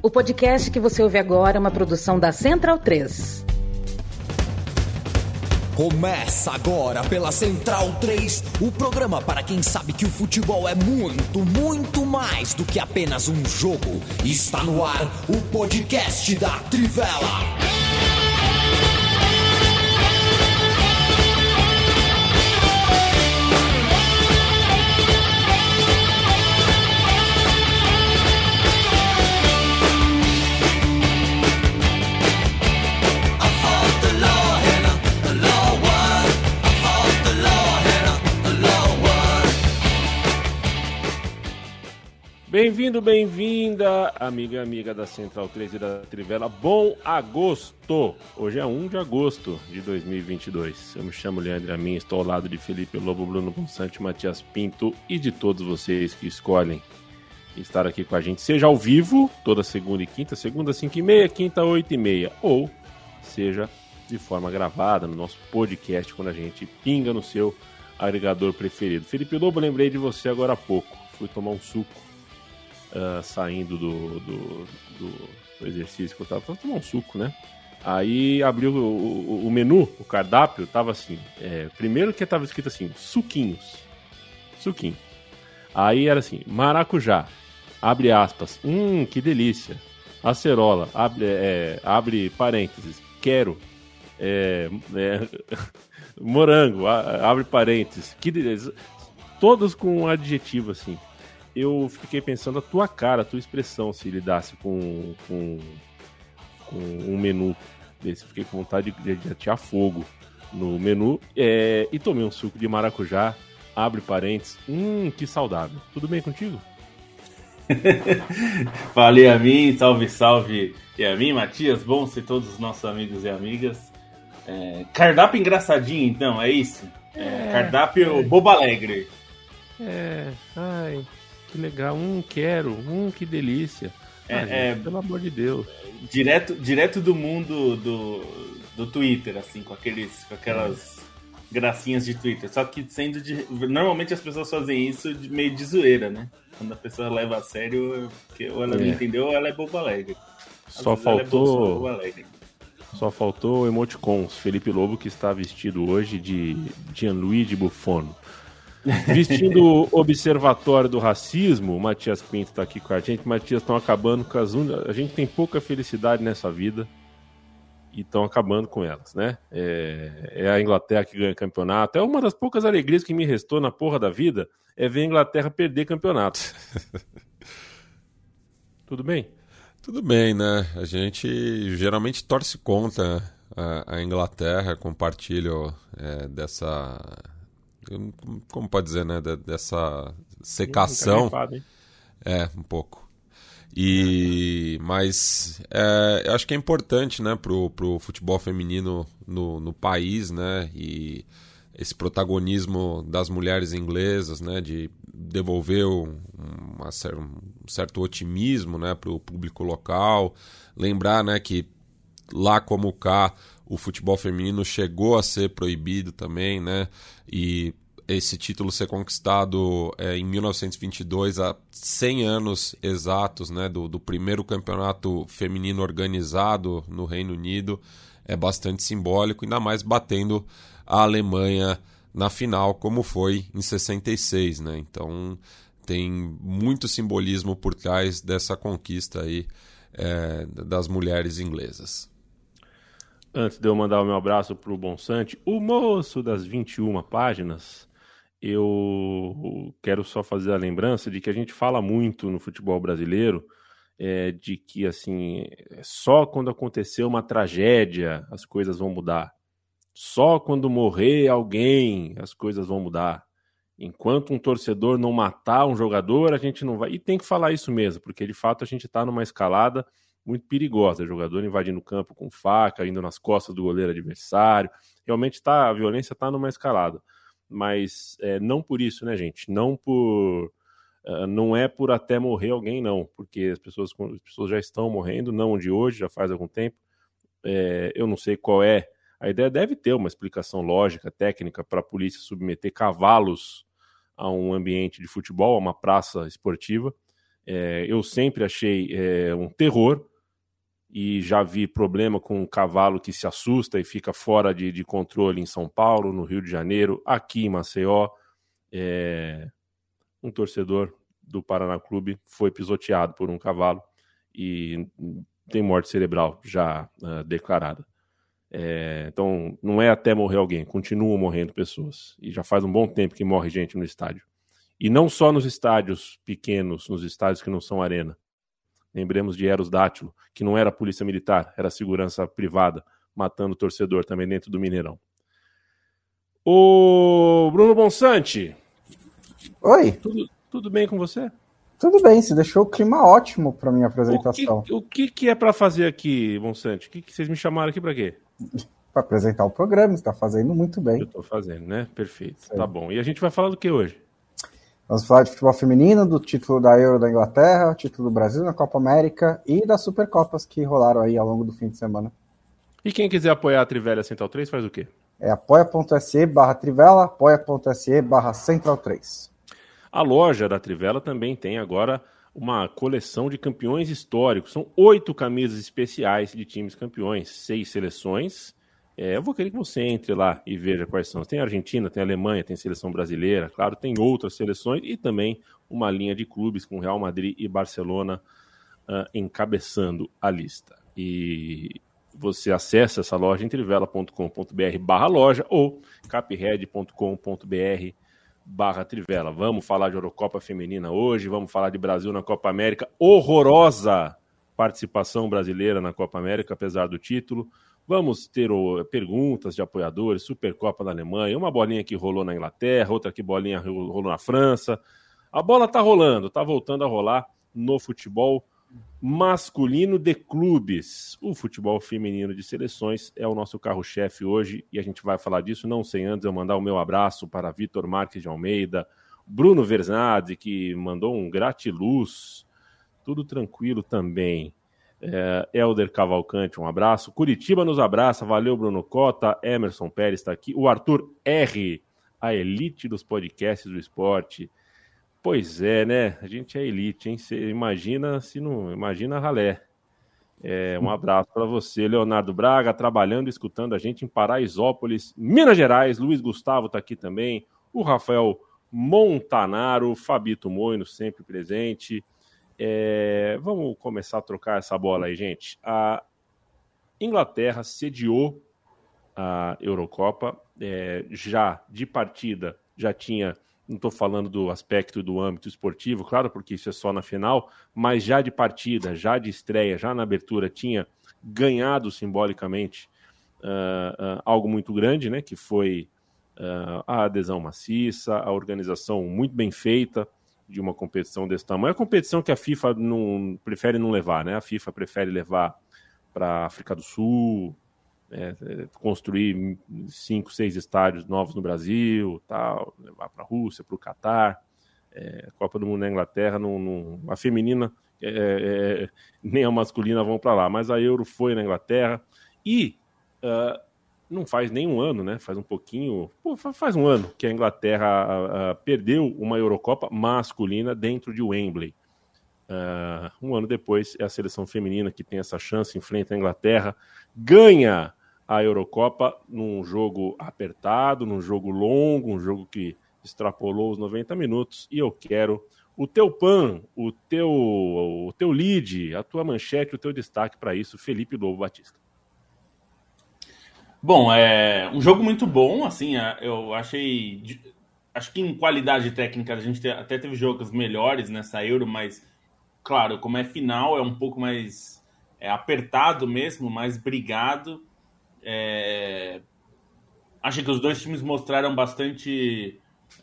O podcast que você ouve agora é uma produção da Central 3. Começa agora pela Central 3, o programa para quem sabe que o futebol é muito, muito mais do que apenas um jogo. Está no ar o podcast da Trivela. Bem-vindo, bem-vinda, amiga da Central 3 e da Trivela. Bom agosto! Hoje é 1 de agosto de 2022. Eu me chamo Leandro Amin, estou ao lado de Felipe Lobo, Bruno Bonsante, Matias Pinto e de todos vocês que escolhem estar aqui com a gente, seja ao vivo, toda segunda e quinta, segunda 5h30, quinta 8h30, ou seja de forma gravada no nosso podcast, quando a gente pinga no seu agregador preferido. Felipe Lobo, lembrei de você agora há pouco, fui tomar um suco. Saindo do exercício que eu tava tomando um suco, né? Aí abriu o menu, o cardápio, tava assim, primeiro que tava escrito assim, suquinho. Aí era assim, maracujá, abre aspas, que delícia, acerola, abre parênteses, quero, morango, abre parênteses, que delícia, todos com um adjetivo assim. Eu fiquei pensando a tua cara, a tua expressão, se lidasse com um menu desse. Fiquei com vontade de atirar fogo no menu. E tomei um suco de maracujá, abre parênteses. Que saudável. Tudo bem contigo? Fala, Yamin, salve, Yamin, Matias, bom ser todos os nossos amigos e amigas. Cardápio engraçadinho, então, é isso? Cardápio bobo alegre. Ai... Que legal, quero, que delícia. Gente, pelo amor de Deus. Direto do mundo do Twitter, assim, com aquelas gracinhas de Twitter. Só que normalmente as pessoas fazem isso meio de zoeira, né? Quando a pessoa leva a sério, ou ela não entendeu ou ela é bobo alegre. Só faltou emoticons. Felipe Lobo, que está vestido hoje de Gianluigi Buffon. Vestindo o Observatório do Racismo, o Matias Pinto está aqui com a gente. Matias, estão acabando com as unhas. A gente tem pouca felicidade nessa vida e estão acabando com elas, né? É a Inglaterra que ganha campeonato. É uma das poucas alegrias que me restou na porra da vida, é ver a Inglaterra perder campeonato. Tudo bem? Tudo bem, né? A gente geralmente torce contra a Inglaterra, compartilho dessa... Como pode dizer, né? Dessa secação. Um pouco. Mas eu acho que é importante, né, pro futebol feminino no país, né? E esse protagonismo das mulheres inglesas, né? De devolver um certo otimismo, né, pro público local. Lembrar, né, que lá como cá, o futebol feminino chegou a ser proibido também, né? E esse título ser conquistado em 1922, há 100 anos exatos, né, do primeiro campeonato feminino organizado no Reino Unido, é bastante simbólico, ainda mais batendo a Alemanha na final, como foi em 66, né? Então tem muito simbolismo por trás dessa conquista aí das mulheres inglesas. Antes de eu mandar o meu abraço pro Bonsante, o moço das 21 páginas, eu quero só fazer a lembrança de que a gente fala muito no futebol brasileiro, de que assim, só quando acontecer uma tragédia as coisas vão mudar. Só quando morrer alguém as coisas vão mudar. Enquanto um torcedor não matar um jogador, a gente não vai... E tem que falar isso mesmo, porque de fato a gente está numa escalada muito perigosa, jogador invadindo o campo com faca, indo nas costas do goleiro adversário, realmente a violência está numa escalada, mas não por isso, né, gente, não é por até morrer alguém, não, porque as pessoas já estão morrendo, não de hoje, já faz algum tempo, eu não sei qual é, a ideia deve ter uma explicação lógica, técnica, para a polícia submeter cavalos a um ambiente de futebol, a uma praça esportiva, Eu sempre achei um terror e já vi problema com um cavalo que se assusta e fica fora de controle em São Paulo, no Rio de Janeiro, aqui em Maceió. Um torcedor do Paraná Clube foi pisoteado por um cavalo e tem morte cerebral já declarada. Então, não é até morrer alguém, continuam morrendo pessoas. E já faz um bom tempo que morre gente no estádio. E não só nos estádios pequenos, nos estádios que não são arena. Lembremos de Eros Dátilo, que não era polícia militar, era segurança privada, matando o torcedor também dentro do Mineirão. Ô, Bruno Bonsante. Oi. Tudo bem com você? Tudo bem, você deixou o clima ótimo para minha apresentação. O que é para fazer aqui, Bonsante? O que vocês me chamaram aqui para quê? Para apresentar o programa, você está fazendo muito bem. Eu estou fazendo, né? Perfeito. Sim. Tá bom. E a gente vai falar do que hoje? Vamos falar de futebol feminino, do título da Euro da Inglaterra, título do Brasil na Copa América e das Supercopas que rolaram aí ao longo do fim de semana. E quem quiser apoiar a Trivela Central 3 faz o quê? apoia.se/Trivela, apoia.se/Central 3. A loja da Trivela também tem agora uma coleção de campeões históricos. São 8 camisas especiais de times campeões, 6 seleções. Eu vou querer que você entre lá e veja quais são. Tem a Argentina, tem a Alemanha, tem a seleção brasileira, claro, tem outras seleções e também uma linha de clubes com Real Madrid e Barcelona encabeçando a lista. E você acessa essa loja em trivela.com.br/loja ou capred.com.br/Trivela. Vamos falar de Eurocopa Feminina hoje, vamos falar de Brasil na Copa América. Horrorosa participação brasileira na Copa América, apesar do título. Vamos ter perguntas de apoiadores, Supercopa da Alemanha, uma bolinha que rolou na Inglaterra, outra que bolinha rolou na França. A bola tá rolando, tá voltando a rolar no futebol masculino de clubes. O futebol feminino de seleções é o nosso carro-chefe hoje e a gente vai falar disso, não sem antes eu mandar o meu abraço para Vitor Marques de Almeida, Bruno Versnadzi, que mandou um gratiluz, tudo tranquilo também. Helder Cavalcante, um abraço. Curitiba nos abraça, valeu Bruno Cota, Emerson Pérez está aqui, o Arthur R, a elite dos podcasts do esporte. Pois é, né? A gente é elite, hein? Você imagina se não... Imagina a ralé. Um abraço para você, Leonardo Braga, trabalhando e escutando a gente em Paraisópolis, Minas Gerais. Luiz Gustavo está aqui também. O Rafael Montanaro, Fabito Moino, sempre presente. Vamos começar a trocar essa bola aí, gente. A Inglaterra sediou a Eurocopa. Já de partida, já tinha... Não estou falando do aspecto do âmbito esportivo, claro, porque isso é só na final, mas já de partida, já de estreia, já na abertura, tinha ganhado simbolicamente algo muito grande, né? Que foi a adesão maciça, a organização muito bem feita de uma competição desse tamanho. É a competição que a FIFA prefere não levar, né? A FIFA prefere levar para a África do Sul, construir 5, 6 estádios novos no Brasil, tal, levar para a Rússia, para o Catar. A Copa do Mundo na Inglaterra, a feminina nem a masculina vão para lá, mas a Euro foi na Inglaterra e não faz nem um ano, né? Faz um pouquinho, faz um ano que a Inglaterra perdeu uma Eurocopa masculina dentro de Wembley. Um ano depois é a seleção feminina que tem essa chance, enfrenta a Inglaterra, ganha a Eurocopa num jogo apertado, num jogo longo, um jogo que extrapolou os 90 minutos, e eu quero o teu pan, o teu lead, a tua manchete, o teu destaque para isso, Felipe Lobo Batista. Bom, um jogo muito bom, assim, eu achei... Acho que em qualidade técnica a gente até teve jogos melhores nessa Euro, mas, claro, como é final, é um pouco mais apertado mesmo, mais brigado. Acho que os dois times mostraram bastante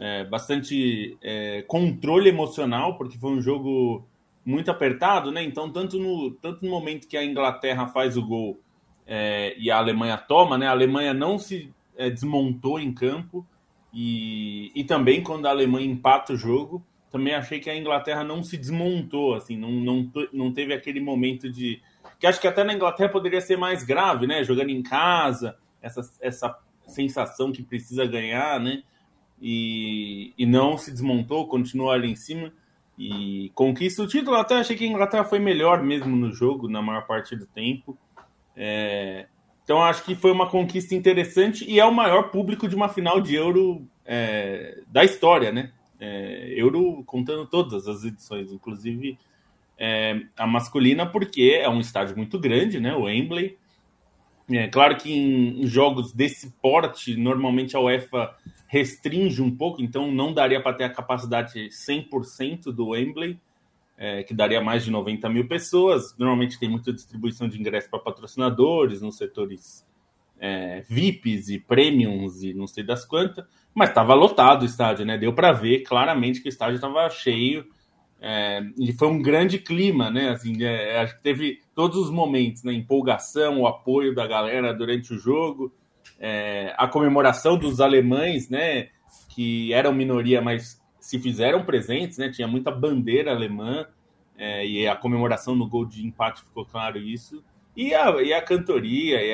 controle emocional, porque foi um jogo muito apertado, né? Então, tanto no momento que a Inglaterra faz o gol e a Alemanha toma, né? A Alemanha não se desmontou em campo e também quando a Alemanha empata o jogo, também achei que a Inglaterra não se desmontou, assim, não teve aquele momento de... que acho que até na Inglaterra poderia ser mais grave, né? Jogando em casa, essa sensação que precisa ganhar, né? E não se desmontou, continuou ali em cima. e conquista o título. Até achei que a Inglaterra foi melhor mesmo no jogo, na maior parte do tempo. Então acho que foi uma conquista interessante e é o maior público de uma final de Euro da história, né? Euro contando todas as edições, inclusive a masculina, porque é um estádio muito grande, né? O Wembley. Claro que em jogos desse porte, normalmente a UEFA restringe um pouco, então não daria para ter a capacidade 100% do Wembley, que daria mais de 90 mil pessoas. Normalmente tem muita distribuição de ingressos para patrocinadores, nos setores VIPs e Premiums e não sei das quantas, mas estava lotado o estádio, né? Deu para ver claramente que o estádio estava cheio. E foi um grande clima, né? Assim, acho que teve todos os momentos, né? Empolgação, o apoio da galera durante o jogo, a comemoração dos alemães, né? Que eram minoria, mas se fizeram presentes, né? Tinha muita bandeira alemã, e a comemoração no gol de empate ficou claro isso. E a cantoria e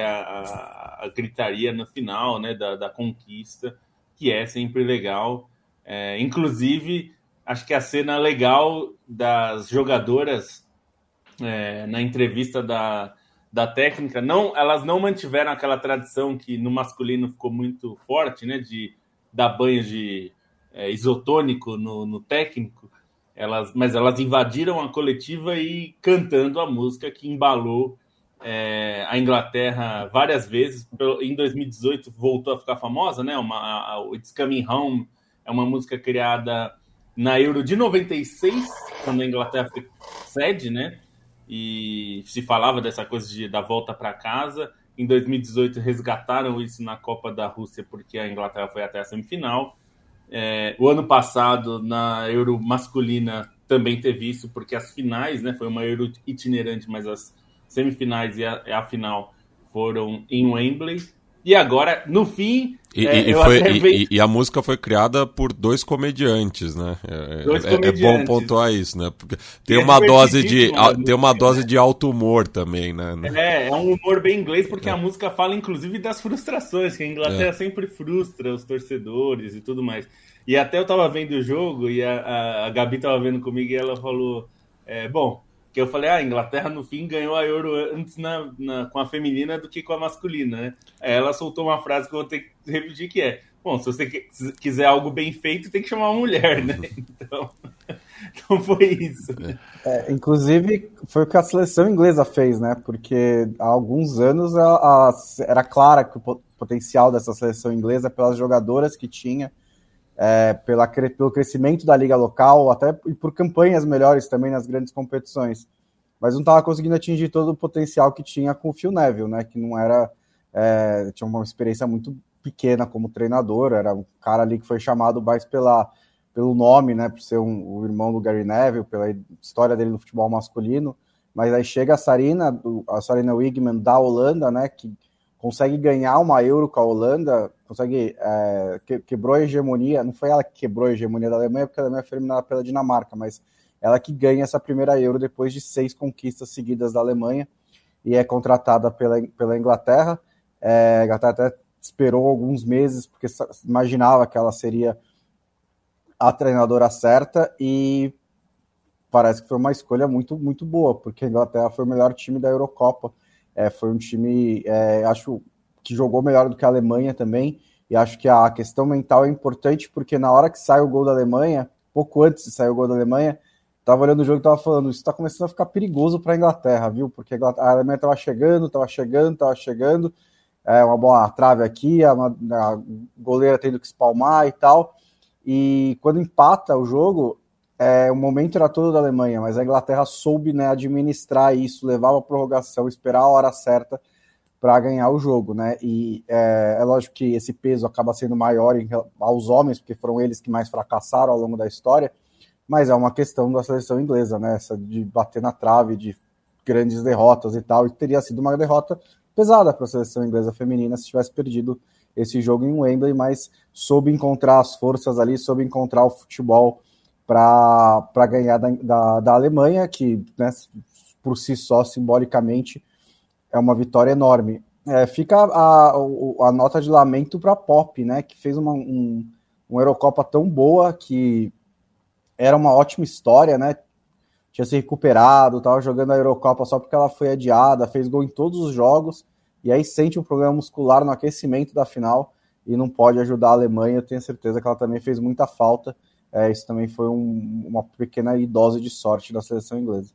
a gritaria no final, né? Da conquista, que é sempre legal. Inclusive, acho que a cena legal das jogadoras na entrevista da técnica, elas não mantiveram aquela tradição que no masculino ficou muito forte, né, de dar banho de isotônico no técnico, mas elas invadiram a coletiva e cantando a música que embalou a Inglaterra várias vezes. Em 2018 voltou a ficar famosa, né, o It's Coming Home, é uma música criada na Euro de 96, quando a Inglaterra foi sede, né? E se falava dessa coisa da volta para casa. Em 2018 resgataram isso na Copa da Rússia, porque a Inglaterra foi até a semifinal. O ano passado, na Euro masculina, também teve isso, porque as finais, né? Foi uma Euro itinerante, mas as semifinais e a final foram em Wembley. E agora, no fim... E a música foi criada por dois comediantes, né? É bom pontuar isso, né? Porque tem uma dose de alto humor também, né? É um humor bem inglês, porque a música fala, inclusive, das frustrações, que a Inglaterra sempre frustra os torcedores e tudo mais. E até eu tava vendo o jogo, e a Gabi tava vendo comigo, e ela falou... que eu falei, a Inglaterra no fim ganhou a Euro antes com a feminina do que com a masculina, né? Aí ela soltou uma frase que eu vou ter que repetir, que se você quiser algo bem feito, tem que chamar uma mulher, né? Então foi isso. Inclusive, foi o que a seleção inglesa fez, né? Porque há alguns anos era clara que o potencial dessa seleção inglesa, pelas jogadoras que tinha, pelo crescimento da liga local, até por campanhas melhores também nas grandes competições, mas não estava conseguindo atingir todo o potencial que tinha com o Phil Neville, né, que não era, tinha uma experiência muito pequena como treinador, era um cara ali que foi chamado mais pelo nome, né, por ser o irmão do Gary Neville, pela história dele no futebol masculino, mas aí chega a Sarina Wiegman da Holanda, né, que consegue ganhar uma Euro com a Holanda, quebrou a hegemonia, não foi ela que quebrou a hegemonia da Alemanha, porque a Alemanha foi eliminada pela Dinamarca, mas ela que ganha essa primeira Euro depois de 6 conquistas seguidas da Alemanha, e é contratada pela Inglaterra. A Inglaterra até esperou alguns meses, porque imaginava que ela seria a treinadora certa, e parece que foi uma escolha muito, muito boa, porque a Inglaterra foi o melhor time da Eurocopa. Foi um time, acho que jogou melhor do que a Alemanha também, e acho que a questão mental é importante, porque na hora que sai o gol da Alemanha, pouco antes de sair o gol da Alemanha, estava olhando o jogo e estava falando, isso está começando a ficar perigoso para a Inglaterra, viu? Porque a Alemanha estava chegando, uma bola na trave aqui, a goleira tendo que espalmar e tal, e quando empata o jogo, o momento era todo da Alemanha, mas a Inglaterra soube, né, administrar isso, levar a prorrogação, esperar a hora certa para ganhar o jogo, né? E é lógico que esse peso acaba sendo maior aos homens, porque foram eles que mais fracassaram ao longo da história, mas é uma questão da seleção inglesa, né? Essa de bater na trave, de grandes derrotas e tal, e teria sido uma derrota pesada para a seleção inglesa feminina se tivesse perdido esse jogo em Wembley, mas soube encontrar as forças ali, soube encontrar o futebol para ganhar da Alemanha, que, né, por si só, simbolicamente, é uma vitória enorme. Fica a nota de lamento para a Pop, né, que fez uma Eurocopa tão boa, que era uma ótima história, né? Tinha se recuperado, estava jogando a Eurocopa só porque ela foi adiada, fez gol em todos os jogos, e aí sente um problema muscular no aquecimento da final e não pode ajudar a Alemanha. Eu tenho certeza que ela também fez muita falta. Isso também foi uma pequena dose de sorte da seleção inglesa.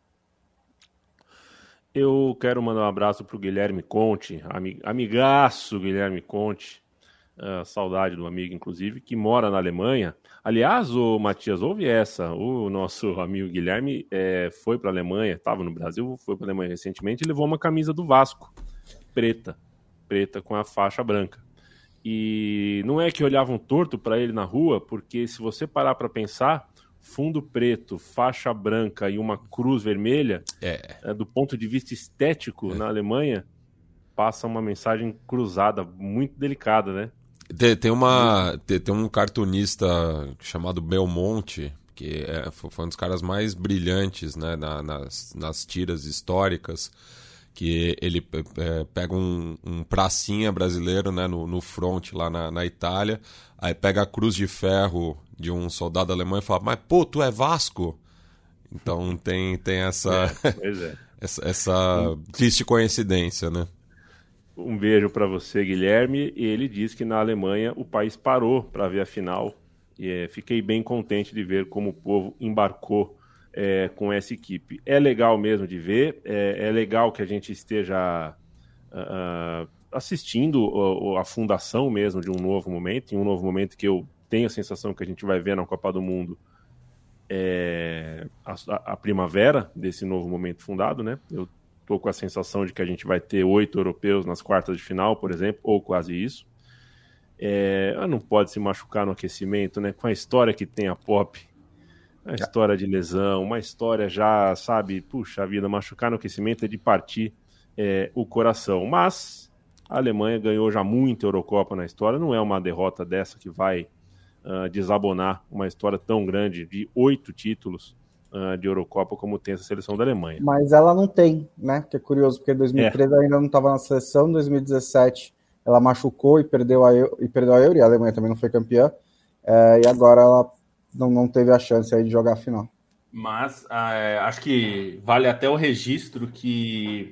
Eu quero mandar um abraço para o Guilherme Conte, amigaço Guilherme Conte, saudade do amigo, inclusive, que mora na Alemanha. Aliás, o Matias, ouve essa, o nosso amigo Guilherme foi para a Alemanha, estava no Brasil, foi para a Alemanha recentemente e levou uma camisa do Vasco, preta com a faixa branca. E não é que olhavam torto para ele na rua, porque se você parar para pensar, fundo preto, faixa branca e uma cruz vermelha, do ponto de vista estético na Alemanha, passa uma mensagem cruzada, muito delicada, né? Tem um cartunista chamado Belmonte, que foi um dos caras mais brilhantes, né, nas tiras históricas, que ele pega um pracinha brasileiro, né, no front lá na Itália, aí pega a cruz de ferro de um soldado alemão e fala, mas pô, tu é Vasco? Então tem essa, essa triste coincidência, né? Um beijo para você, Guilherme. E ele diz que na Alemanha o país parou para ver a final. E fiquei bem contente de ver como o povo embarcou com essa equipe. É legal mesmo de ver. É legal que a gente esteja assistindo a fundação mesmo de um novo momento. Em um novo momento que eu tenho a sensação que a gente vai ver na Copa do Mundo a primavera desse novo momento fundado, né? Eu estou com a sensação de que a gente vai ter 8 europeus nas quartas de final, por exemplo, ou quase isso. Não pode se machucar no aquecimento, né? Com a história que tem a Pop, a história de lesão, uma história já, sabe, puxa vida, machucar no aquecimento é de partir o coração. Mas a Alemanha ganhou já muita Eurocopa na história, não é uma derrota dessa que vai desabonar uma história tão grande de 8 títulos de Eurocopa como tem essa seleção da Alemanha. Mas ela não tem, né? Que é curioso, porque em 2013 ela ainda não estava na seleção, em 2017 ela machucou e perdeu a Euro, e a Alemanha também não foi campeã, e agora ela não teve a chance aí de jogar a final. Mas acho que vale até o registro que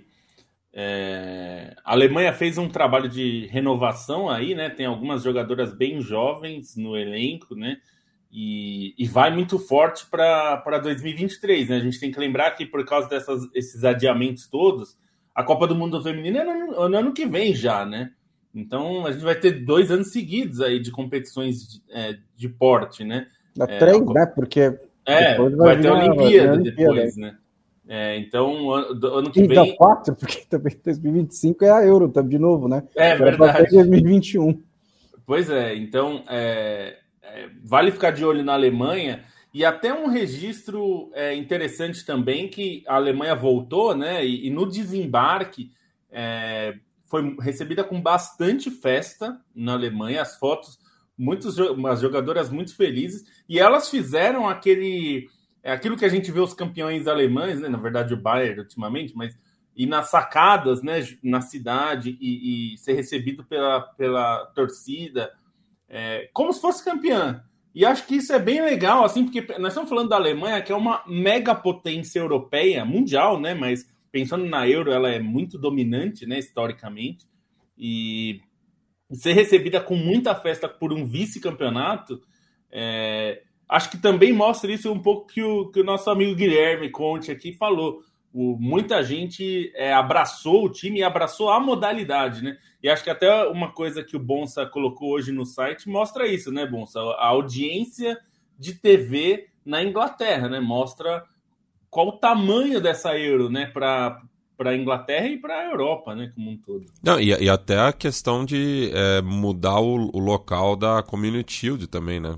a Alemanha fez um trabalho de renovação aí, né? Tem algumas jogadoras bem jovens no elenco, né? E vai muito forte para 2023, né? A gente tem que lembrar que por causa desses adiamentos todos, a Copa do Mundo Feminino é no ano que vem já, né? Então a gente vai ter 2 anos seguidos aí de competições de porte, né? 3, né? Porque vai ter a Olimpíada depois, né? Então, ano que vem... 4, porque também 2025 é a Euro, de novo, né? Verdade. 2021. Pois então... vale ficar de olho na Alemanha, e até um registro interessante também, que a Alemanha voltou, né, e no desembarque foi recebida com bastante festa na Alemanha, as fotos, as jogadoras muito felizes, e elas fizeram aquilo que a gente vê os campeões alemães, né, na verdade o Bayern ultimamente, mas ir nas sacadas, né, na cidade e ser recebido pela torcida, como se fosse campeã. E acho que isso é bem legal, assim, porque nós estamos falando da Alemanha, que é uma mega potência europeia, mundial, né? Mas pensando na Euro, ela é muito dominante, né, historicamente. E ser recebida com muita festa por um vice-campeonato, acho que também mostra isso um pouco que o nosso amigo Guilherme Conte aqui falou. Muita gente abraçou o time e abraçou a modalidade, né? E acho que até uma coisa que o Bonsa colocou hoje no site mostra isso, né, Bonsa? A audiência de TV na Inglaterra, né? Mostra qual o tamanho dessa Euro, né? Para a Inglaterra e para a Europa, né? Como um todo. Não, e até a questão de mudar o local da Community Shield também, né?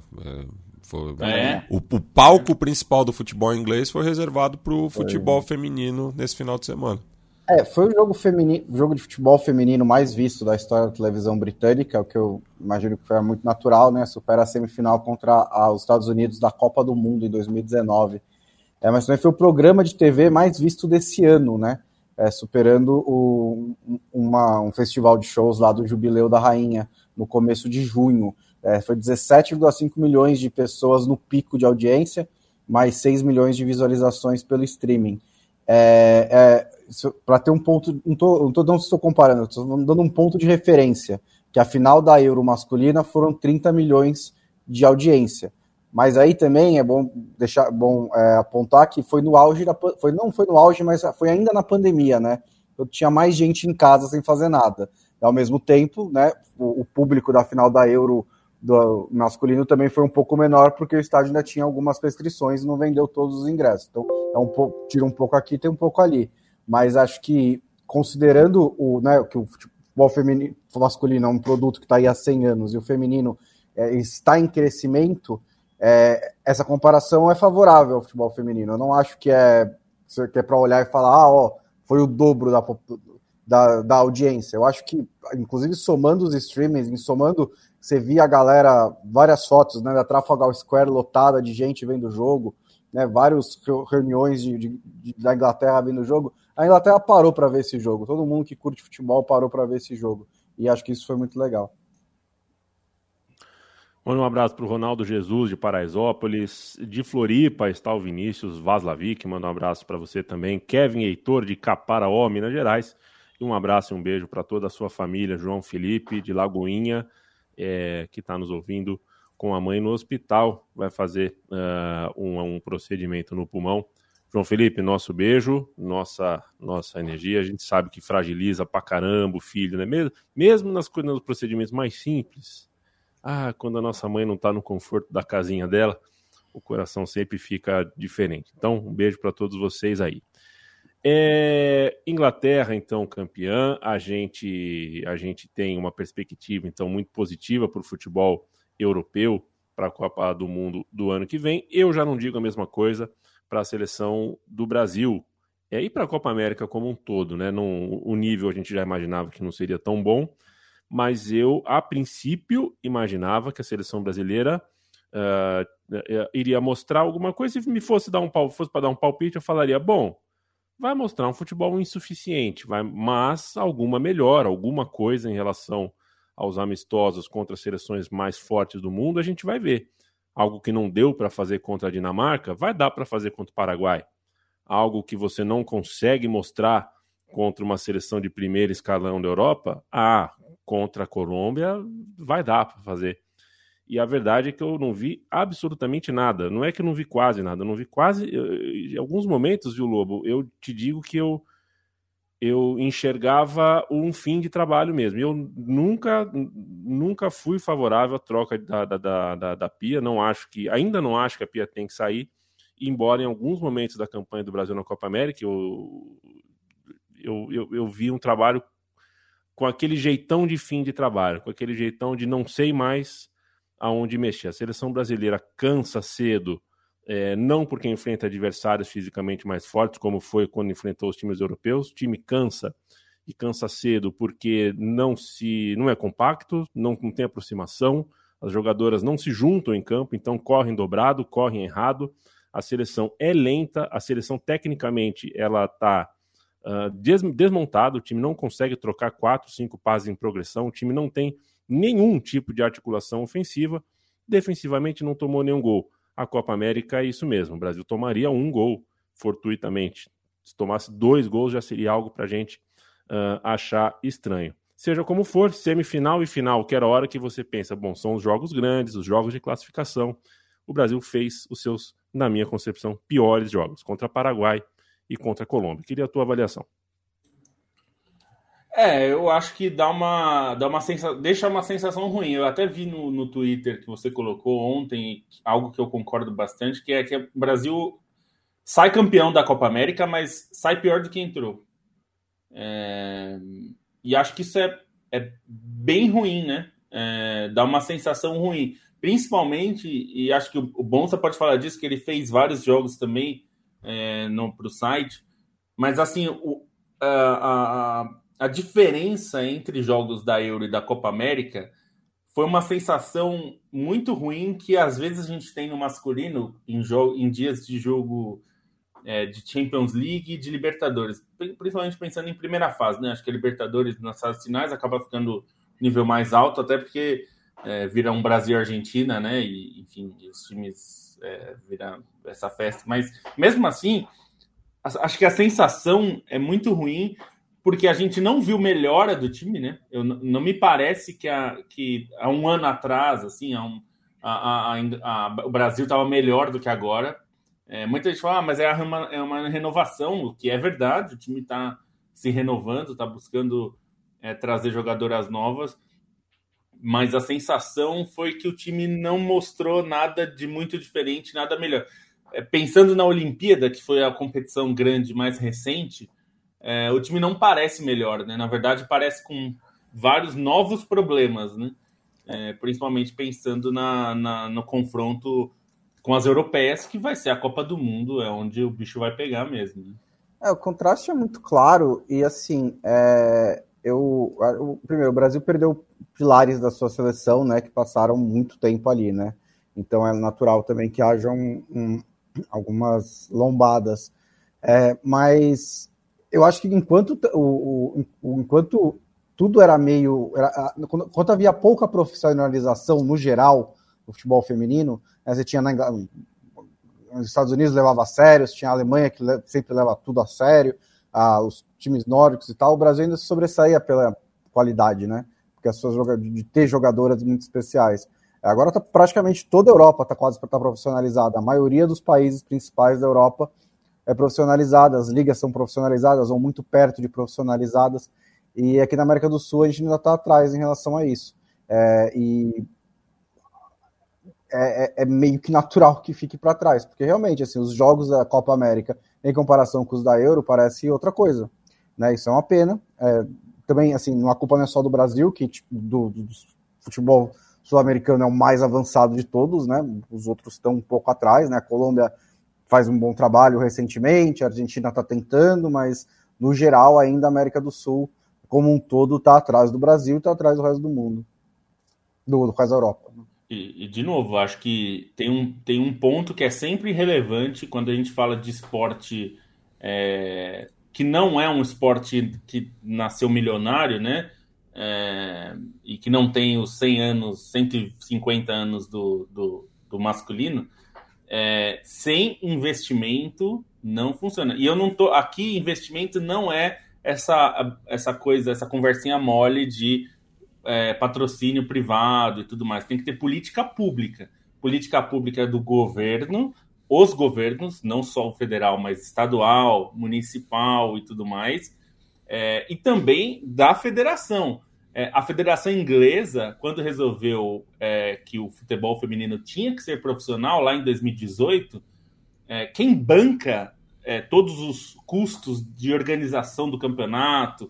O palco principal do futebol inglês foi reservado para o futebol feminino nesse final de semana. Foi o jogo de futebol feminino mais visto da história da televisão britânica, o que eu imagino que foi muito natural, né? Supera a semifinal contra os Estados Unidos da Copa do Mundo em 2019. Mas também foi o programa de TV mais visto desse ano, né? Superando um festival de shows lá do Jubileu da Rainha, no começo de junho. Foi 17,5 milhões de pessoas no pico de audiência, mais 6 milhões de visualizações pelo streaming. Para ter um ponto, não estou comparando, estou dando um ponto de referência, que a final da Euro masculina foram 30 milhões de audiência. Mas aí também é bom apontar que foi no auge, não foi no auge, mas foi ainda na pandemia, né? Eu tinha mais gente em casa sem fazer nada. Ao mesmo tempo, né, o público da final da Euro do masculino também foi um pouco menor, porque o estádio ainda tinha algumas restrições e não vendeu todos os ingressos. Então, tira um pouco aqui, tem um pouco ali. Mas acho que, considerando que o futebol feminino, masculino é um produto que está aí há 100 anos e o feminino está em crescimento, essa comparação é favorável ao futebol feminino. Eu não acho que é para olhar e falar, foi o dobro da audiência. Eu acho que, inclusive, somando os streamings, você via a galera, várias fotos, né, da Trafalgar Square lotada de gente vendo o jogo, né, várias reuniões da Inglaterra vendo o jogo. A Inglaterra parou para ver esse jogo. Todo mundo que curte futebol parou para ver esse jogo. E acho que isso foi muito legal. Manda um abraço para o Ronaldo Jesus, de Paraisópolis. De Floripa está o Vinícius Vaslavic. Manda um abraço para você também. Kevin Heitor, de Caparaó, Minas Gerais. E um abraço e um beijo para toda a sua família. João Felipe, de Lagoinha, que está nos ouvindo com a mãe no hospital. Vai fazer um procedimento no pulmão. João Felipe, nosso beijo, nossa energia. A gente sabe que fragiliza pra caramba o filho, né? Mesmo nos procedimentos mais simples. Quando a nossa mãe não está no conforto da casinha dela, o coração sempre fica diferente. Então, um beijo para todos vocês aí. Inglaterra, então, campeã. A gente tem uma perspectiva, então, muito positiva para o futebol europeu, para a Copa do Mundo do ano que vem. Eu já não digo a mesma coisa para a seleção do Brasil. E para a Copa América como um todo, né? O nível a gente já imaginava que não seria tão bom, mas eu, a princípio, imaginava que a seleção brasileira iria mostrar alguma coisa. Se me fosse para dar um palpite, eu falaria, bom, vai mostrar um futebol insuficiente, mas alguma melhora, alguma coisa em relação aos amistosos contra as seleções mais fortes do mundo, a gente vai ver. Algo que não deu para fazer contra a Dinamarca, vai dar para fazer contra o Paraguai. Algo que você não consegue mostrar contra uma seleção de primeiro escalão da Europa, contra a Colômbia vai dar para fazer. E a verdade é que eu não vi absolutamente nada. Não é que eu não vi quase nada, eu não vi quase... Em alguns momentos, viu, Lobo, eu te digo que eu enxergava um fim de trabalho mesmo. Eu nunca fui favorável à troca da Pia. Ainda não acho que a Pia tem que sair, embora em alguns momentos da campanha do Brasil na Copa América eu vi um trabalho com aquele jeitão de fim de trabalho, com aquele jeitão de não sei mais aonde mexer. A seleção brasileira cansa cedo, não porque enfrenta adversários fisicamente mais fortes, como foi quando enfrentou os times europeus. O time cansa, e cansa cedo porque não é compacto, não tem aproximação, as jogadoras não se juntam em campo, então correm dobrado, correm errado. A seleção é lenta, a seleção tecnicamente ela está desmontada, o time não consegue trocar 4, 5 passes em progressão, o time não tem nenhum tipo de articulação ofensiva, defensivamente não tomou nenhum gol. A Copa América é isso mesmo, o Brasil tomaria um gol fortuitamente. Se tomasse 2 gols já seria algo para a gente achar estranho. Seja como for, semifinal e final, que era a hora que você pensa, bom, são os jogos grandes, os jogos de classificação. O Brasil fez os seus, na minha concepção, piores jogos, contra Paraguai e contra a Colômbia. Queria a tua avaliação. Eu acho que deixa uma sensação ruim. Eu até vi no Twitter que você colocou ontem algo que eu concordo bastante, que é que o Brasil sai campeão da Copa América, mas sai pior do que entrou. E acho que isso é bem ruim, né? Dá uma sensação ruim. Principalmente, e acho que o Bonsa pode falar disso, que ele fez vários jogos também para o site, mas assim, a diferença entre jogos da Euro e da Copa América foi uma sensação muito ruim que às vezes a gente tem no masculino em dias de jogo de Champions League e de Libertadores, principalmente pensando em primeira fase, né? Acho que a Libertadores nas fases finais acaba ficando nível mais alto, até porque vira um Brasil e Argentina, né? E, enfim, os times viram essa festa. Mas, mesmo assim, acho que a sensação é muito ruim, porque a gente não viu melhora do time, né? Não me parece que há um ano atrás, assim, o Brasil estava melhor do que agora. Muita gente fala, mas é uma renovação, o que é verdade, o time está se renovando, está buscando trazer jogadoras novas, mas a sensação foi que o time não mostrou nada de muito diferente, nada melhor. Pensando na Olimpíada, que foi a competição grande mais recente, o time não parece melhor, né? Na verdade, parece com vários novos problemas, né? Principalmente pensando no confronto com as europeias, que vai ser a Copa do Mundo, é onde o bicho vai pegar mesmo. Né? O contraste é muito claro, e assim, primeiro, o Brasil perdeu pilares da sua seleção, né, que passaram muito tempo ali, né? Então é natural também que hajam algumas lombadas. Mas eu acho que enquanto tudo era meio... Enquanto havia pouca profissionalização no geral do futebol feminino, você tinha nos Estados Unidos levava a sério, você tinha a Alemanha que sempre leva tudo a sério, os times nórdicos e tal, o Brasil ainda se sobressaía pela qualidade, né? Porque de ter jogadoras muito especiais. Agora praticamente toda a Europa está quase profissionalizada. A maioria dos países principais da Europa é profissionalizada, as ligas são profissionalizadas ou muito perto de profissionalizadas, e aqui na América do Sul a gente ainda está atrás em relação a isso. É meio que natural que fique para trás, porque realmente assim, os jogos da Copa América, em comparação com os da Euro, parece outra coisa, né? Isso é uma pena. Também, assim, não a culpa não é só do Brasil, que do futebol sul-americano é o mais avançado de todos, né? Os outros estão um pouco atrás, né? A Colômbia faz um bom trabalho recentemente, a Argentina está tentando, mas no geral ainda a América do Sul, como um todo, está atrás do Brasil e está atrás do resto do mundo, do resto da Europa. E, de novo, acho que tem um ponto que é sempre relevante quando a gente fala de esporte que não é um esporte que nasceu milionário, né? E que não tem os 100 anos, 150 anos do masculino. Sem investimento não funciona. E eu não tô aqui, investimento não é essa coisa, essa conversinha mole de patrocínio privado e tudo mais. Tem que ter política pública. Política pública do governo, os governos, não só o federal, mas estadual, municipal e tudo mais, e também da federação. A Federação Inglesa, quando resolveu que o futebol feminino tinha que ser profissional, lá em 2018, quem banca todos os custos de organização do campeonato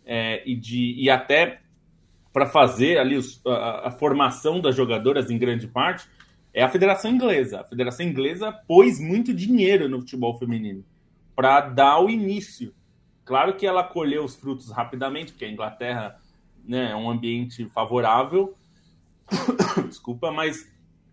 e até para fazer ali a formação das jogadoras em grande parte, é a Federação Inglesa. A Federação Inglesa pôs muito dinheiro no futebol feminino para dar o início. Claro que ela colheu os frutos rapidamente, porque a Inglaterra, né, é um ambiente favorável, desculpa, mas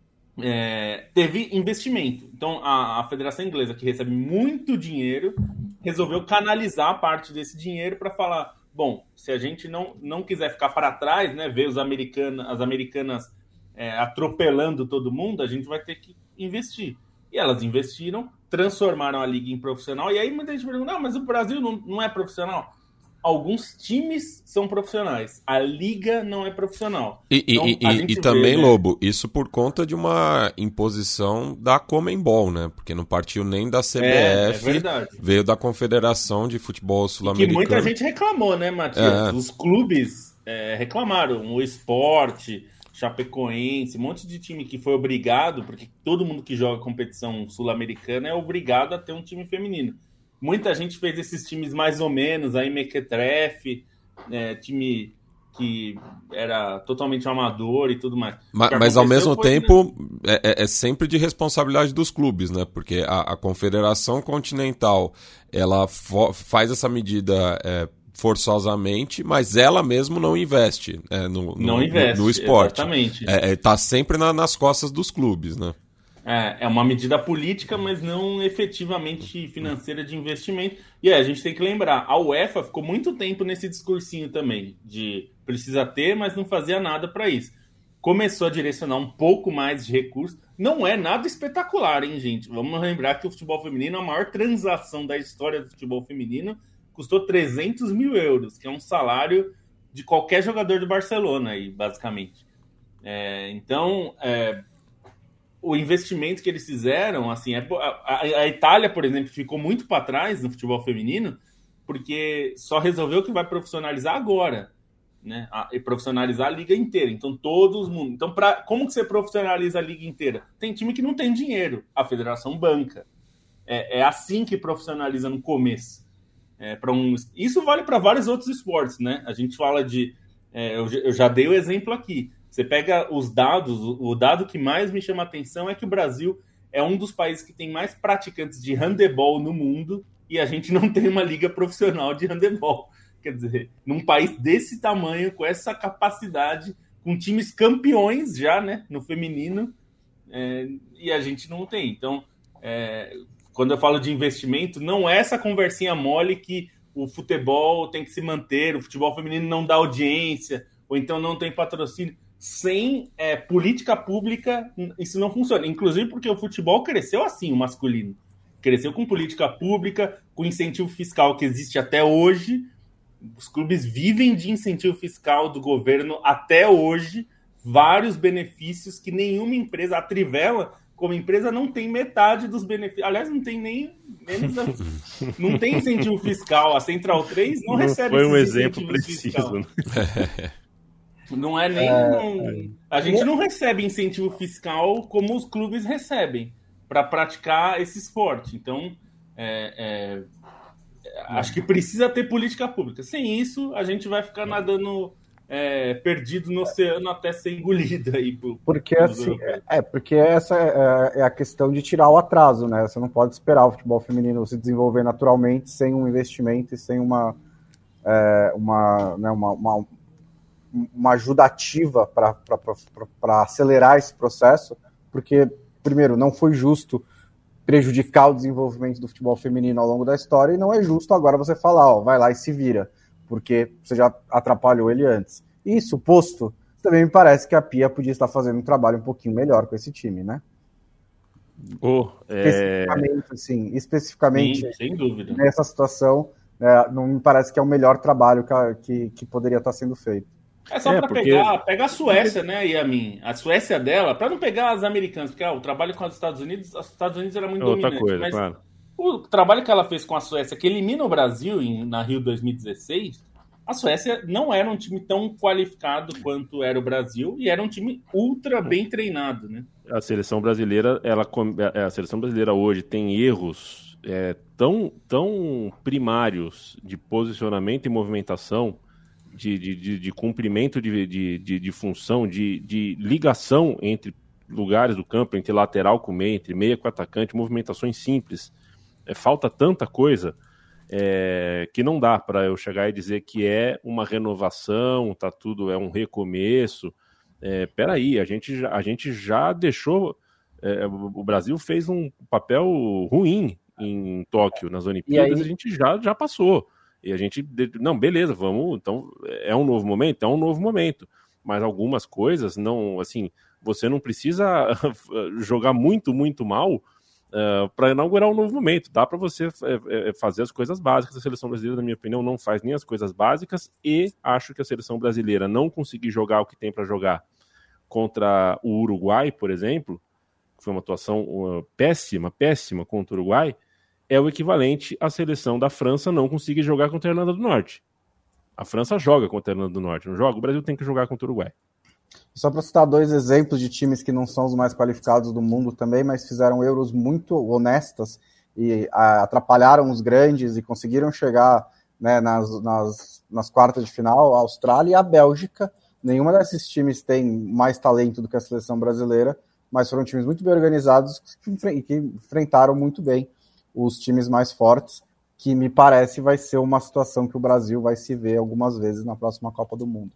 teve investimento. Então, a Federação Inglesa, que recebe muito dinheiro, resolveu canalizar parte desse dinheiro para falar, bom, se a gente não quiser ficar para trás, né, ver as americanas atropelando todo mundo, a gente vai ter que investir. E elas investiram, transformaram a liga em profissional, e aí muita gente pergunta, não, mas o Brasil não é profissional. Alguns times são profissionais, a liga não é profissional. E também, né, Lobo, isso por conta de uma imposição da Conmebol, né? Porque não partiu nem da CBF, veio da Confederação de Futebol Sul-Americano. Que muita gente reclamou, né, Matias? Os clubes reclamaram, o Sport, Chapecoense, um monte de time que foi obrigado, porque todo mundo que joga competição sul-americana é obrigado a ter um time feminino. Muita gente fez esses times mais ou menos, aí Mequetrefe, time que era totalmente amador e tudo mais. Mas ao mesmo tempo, é sempre de responsabilidade dos clubes, né? Porque a Confederação Continental, ela faz essa medida forçosamente, mas ela mesmo não investe, no esporte. Exatamente. Tá sempre nas costas dos clubes, né? É uma medida política, mas não efetivamente financeira de investimento. E a gente tem que lembrar, a UEFA ficou muito tempo nesse discursinho também, de precisa ter, mas não fazia nada para isso. começou a direcionar um pouco mais de recursos. Não é nada espetacular, hein, gente? Vamos lembrar que o futebol feminino, a maior transação da história do futebol feminino, custou 300 mil euros, que é um salário de qualquer jogador do Barcelona, aí, basicamente. Então, o investimento que eles fizeram, assim, a Itália, por exemplo, ficou muito para trás no futebol feminino, porque só resolveu que vai profissionalizar agora, né? E profissionalizar a liga inteira. Então, Então, como que você profissionaliza a liga inteira? Tem time que não tem dinheiro, a federação banca. É assim que profissionaliza no começo. Isso vale para vários outros esportes, né? A gente fala de... eu já dei o exemplo aqui. Você pega os dados, o dado que mais me chama a atenção é que o Brasil é um dos países que tem mais praticantes de handebol no mundo e a gente não tem uma liga profissional de handebol. Quer dizer, num país desse tamanho, com essa capacidade, com times campeões já, né, no feminino, e a gente não tem. Então, quando eu falo de investimento, não é essa conversinha mole que o futebol tem que se manter, o futebol feminino não dá audiência, ou então não tem patrocínio. Sem política pública, isso não funciona. Inclusive porque o futebol cresceu assim, o masculino. Cresceu com política pública, com incentivo fiscal que existe até hoje. Os clubes vivem de incentivo fiscal do governo até hoje. Vários benefícios que nenhuma empresa, a Trivela, como empresa, não tem metade dos benefícios. Aliás, não tem nem menos. Não tem incentivo fiscal. A Central 3 não recebe foi um exemplo preciso. Fiscal. Não é nem. A gente não recebe incentivo fiscal como os clubes recebem para praticar esse esporte. Então, acho que precisa ter política pública. Sem isso, a gente vai ficar nadando perdido no oceano até ser engolido aí. Porque essa é a questão de tirar o atraso, né? Você não pode esperar o futebol feminino se desenvolver naturalmente sem um investimento e sem uma ajuda ativa para acelerar esse processo, porque, primeiro, não foi justo prejudicar o desenvolvimento do futebol feminino ao longo da história, e não é justo agora você falar, vai lá e se vira, porque você já atrapalhou ele antes. E isso posto, também me parece que a Pia podia estar fazendo um trabalho um pouquinho melhor com esse time, né? Especificamente sim, sem dúvida. Nessa situação, não me parece que é o melhor trabalho que poderia estar sendo feito. É só para pega a Suécia, né, Yamin? A Suécia dela, para não pegar as americanas, porque o trabalho com os Estados Unidos era muito dominante. Coisa, mas claro. O trabalho que ela fez com a Suécia, que elimina o Brasil na Rio 2016, a Suécia não era um time tão qualificado quanto era o Brasil e era um time ultra bem treinado, né? A seleção brasileira, hoje tem erros tão primários de posicionamento e movimentação, de cumprimento de função, de ligação entre lugares do campo, entre lateral com meia, entre meia com atacante, movimentações simples. Falta tanta coisa que não dá para eu chegar e dizer que é uma renovação, tá tudo, é um recomeço. Peraí, a gente já deixou... o Brasil fez um papel ruim em Tóquio, nas Olimpíadas, a gente já passou. E a gente, não, beleza, vamos, então é um novo momento, mas algumas coisas não, assim, você não precisa jogar muito, muito mal para inaugurar um novo momento. Dá para você fazer as coisas básicas. A seleção brasileira, na minha opinião, não faz nem as coisas básicas, e acho que a seleção brasileira não conseguir jogar o que tem para jogar contra o Uruguai, por exemplo, que foi uma atuação péssima contra o Uruguai, é o equivalente à seleção da França não conseguir jogar contra a Irlanda do Norte. A França joga contra a Irlanda do Norte, não joga? O Brasil tem que jogar contra o Uruguai. Só para citar dois exemplos de times que não são os mais qualificados do mundo também, mas fizeram euros muito honestas e atrapalharam os grandes e conseguiram chegar, né, nas quartas de final, a Austrália e a Bélgica. Nenhuma desses times tem mais talento do que a seleção brasileira, mas foram times muito bem organizados que enfrentaram muito bem os times mais fortes, que me parece vai ser uma situação que o Brasil vai se ver algumas vezes na próxima Copa do Mundo.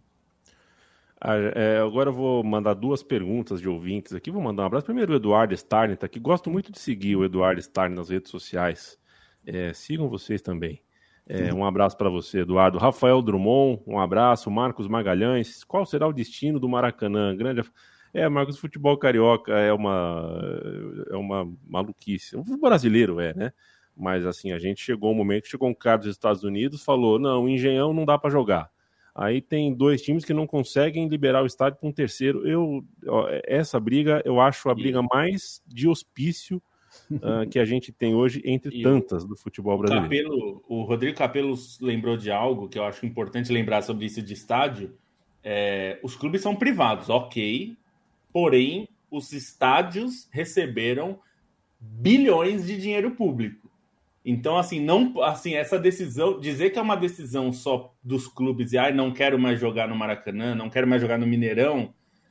Agora eu vou mandar duas perguntas de ouvintes aqui. Vou mandar um abraço. Primeiro, o Eduardo Starne está aqui. Gosto muito de seguir o Eduardo Starne nas redes sociais. Sigam vocês também. Um abraço para você, Eduardo. Rafael Drummond, um abraço. Marcos Magalhães, qual será o destino do Maracanã? Marcos, futebol carioca é uma maluquice. O brasileiro né? Mas assim, chegou um cara dos Estados Unidos, falou, não, o Engenhão não dá para jogar. Aí tem 2 times que não conseguem liberar o estádio para um terceiro. Essa briga, eu acho a briga mais de hospício que a gente tem hoje entre tantas do futebol brasileiro. O Rodrigo Capello lembrou de algo que eu acho importante lembrar sobre isso de estádio. Os clubes são privados, ok, porém os estádios receberam bilhões de dinheiro público. Então, essa decisão, dizer que é uma decisão só dos clubes e não quero mais jogar no Maracanã, não quero mais jogar no Mineirão,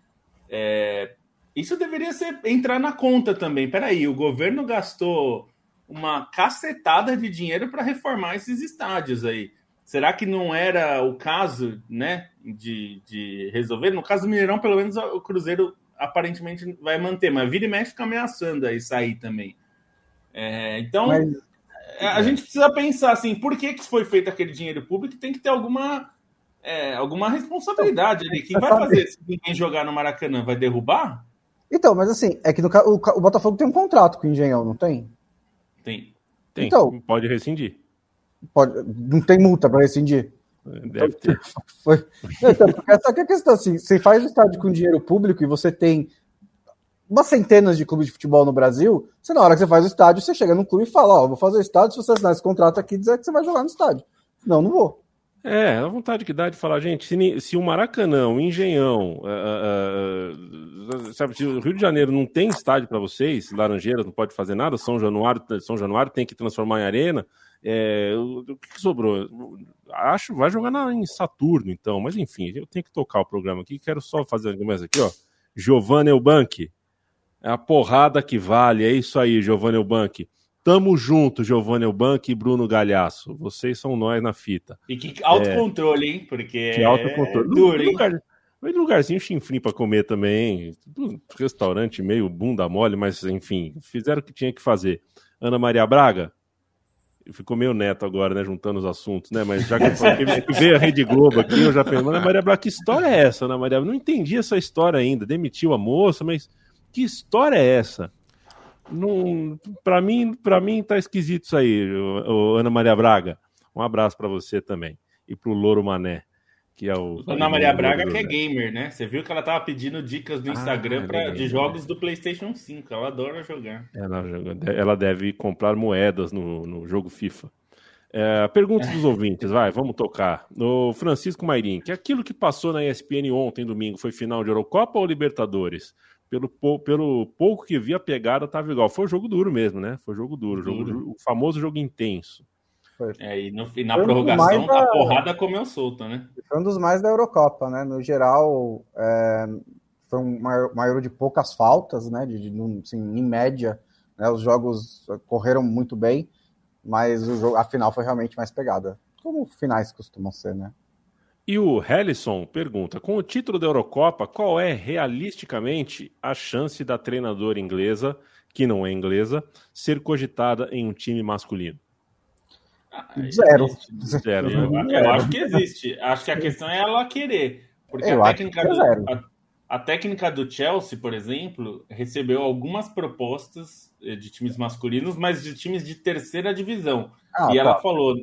isso deveria entrar na conta também. Peraí, o governo gastou uma cacetada de dinheiro para reformar esses estádios aí. Será que não era o caso, né, de resolver? No caso do Mineirão, pelo menos o Cruzeiro aparentemente vai manter, mas vira e mexe fica ameaçando aí sair também. A gente precisa pensar assim, por que foi feito aquele dinheiro público? Tem que ter alguma responsabilidade ali. Quem vai fazer se ninguém jogar no Maracanã? Vai derrubar? Então, mas assim, é que o Botafogo tem um contrato com o Engenhão, não tem? Tem. Então, pode rescindir. Não tem multa para rescindir? Deve ter. Então, essa é a questão, assim, você faz o estádio com dinheiro público e você tem umas centenas de clubes de futebol no Brasil, na hora que você faz o estádio, você chega no clube e fala, vou fazer o estádio, se você assinar esse contrato aqui, dizer que você vai jogar no estádio. Senão, não vou. A vontade que dá de falar, gente, se o Maracanã, o Engenhão, sabe, se o Rio de Janeiro não tem estádio para vocês, Laranjeiras não pode fazer nada, São Januário tem que transformar em arena, o que sobrou? Vai jogar em Saturno, então, mas enfim, eu tenho que tocar o programa aqui, quero só fazer mais aqui, ó, Giovanni Eubank, é a porrada que vale, é isso aí, Giovanni Eubank. Tamo junto, Giovanni Eubank e Bruno Galhaço. Vocês são nós na fita. E que autocontrole, hein? Porque que autocontrole. Duro, hein? Lugarzinho chinfrim pra comer também. Restaurante meio bunda mole, mas enfim, fizeram o que tinha que fazer. Ana Maria Braga, ficou meio neto agora, né? Juntando os assuntos, né? Mas já que veio a Rede Globo aqui, eu já pensei, Ana Maria Braga, que história é essa, Ana Maria? Não entendi essa história ainda. Demitiu a moça, mas que história é essa? Para mim tá esquisito isso aí, Ana Maria Braga. Um abraço para você também. E pro Louro Mané, que é o... Ana Maria Braga, que é gamer, né? Você viu que ela tava pedindo dicas no Instagram de jogos do PlayStation 5. Ela adora jogar. Ela deve comprar moedas no jogo FIFA. Perguntas dos ouvintes, vamos tocar. O Francisco Mairim, que aquilo que passou na ESPN ontem, domingo, foi final de Eurocopa ou Libertadores? Pelo pouco que vi, a pegada estava igual. Foi um jogo duro mesmo, né? Foi um jogo duro. O famoso jogo intenso. E na prorrogação, a porrada comeu solta, né? Foi um dos mais da Eurocopa, né? No geral, foi uma Euro de poucas faltas, né? Assim, em média, né? Os jogos correram muito bem, mas a final foi realmente mais pegada. Como finais costumam ser, né? E o Helison pergunta, com o título da Eurocopa, qual é realisticamente a chance da treinadora inglesa, que não é inglesa, ser cogitada em um time masculino? Zero. Eu acho que existe. Acho que a questão é ela querer. Porque a técnica do Chelsea, por exemplo, recebeu algumas propostas de times masculinos, mas de times de terceira divisão. Ela falou...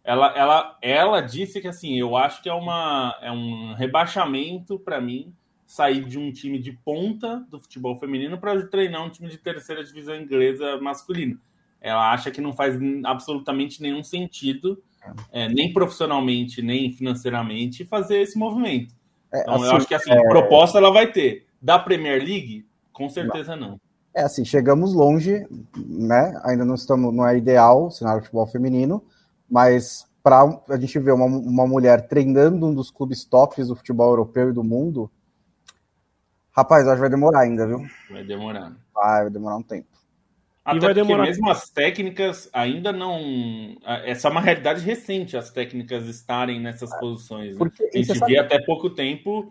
Ela disse que, assim, eu acho que é um rebaixamento para mim sair de um time de ponta do futebol feminino para treinar um time de terceira divisão inglesa masculino. Ela acha que não faz absolutamente nenhum sentido, nem profissionalmente, nem financeiramente, fazer esse movimento. Então, eu acho que, assim, proposta ela vai ter. Da Premier League, com certeza não. Assim, chegamos longe, né? Ainda não é ideal o cenário do futebol feminino, mas para a gente ver uma mulher treinando um dos clubes tops do futebol europeu e do mundo, rapaz, eu acho que vai demorar ainda, viu? Vai demorar. Vai demorar um tempo. Até porque mesmo as técnicas ainda não... Essa é uma realidade recente, as técnicas estarem nessas posições. Né? A gente via até pouco tempo...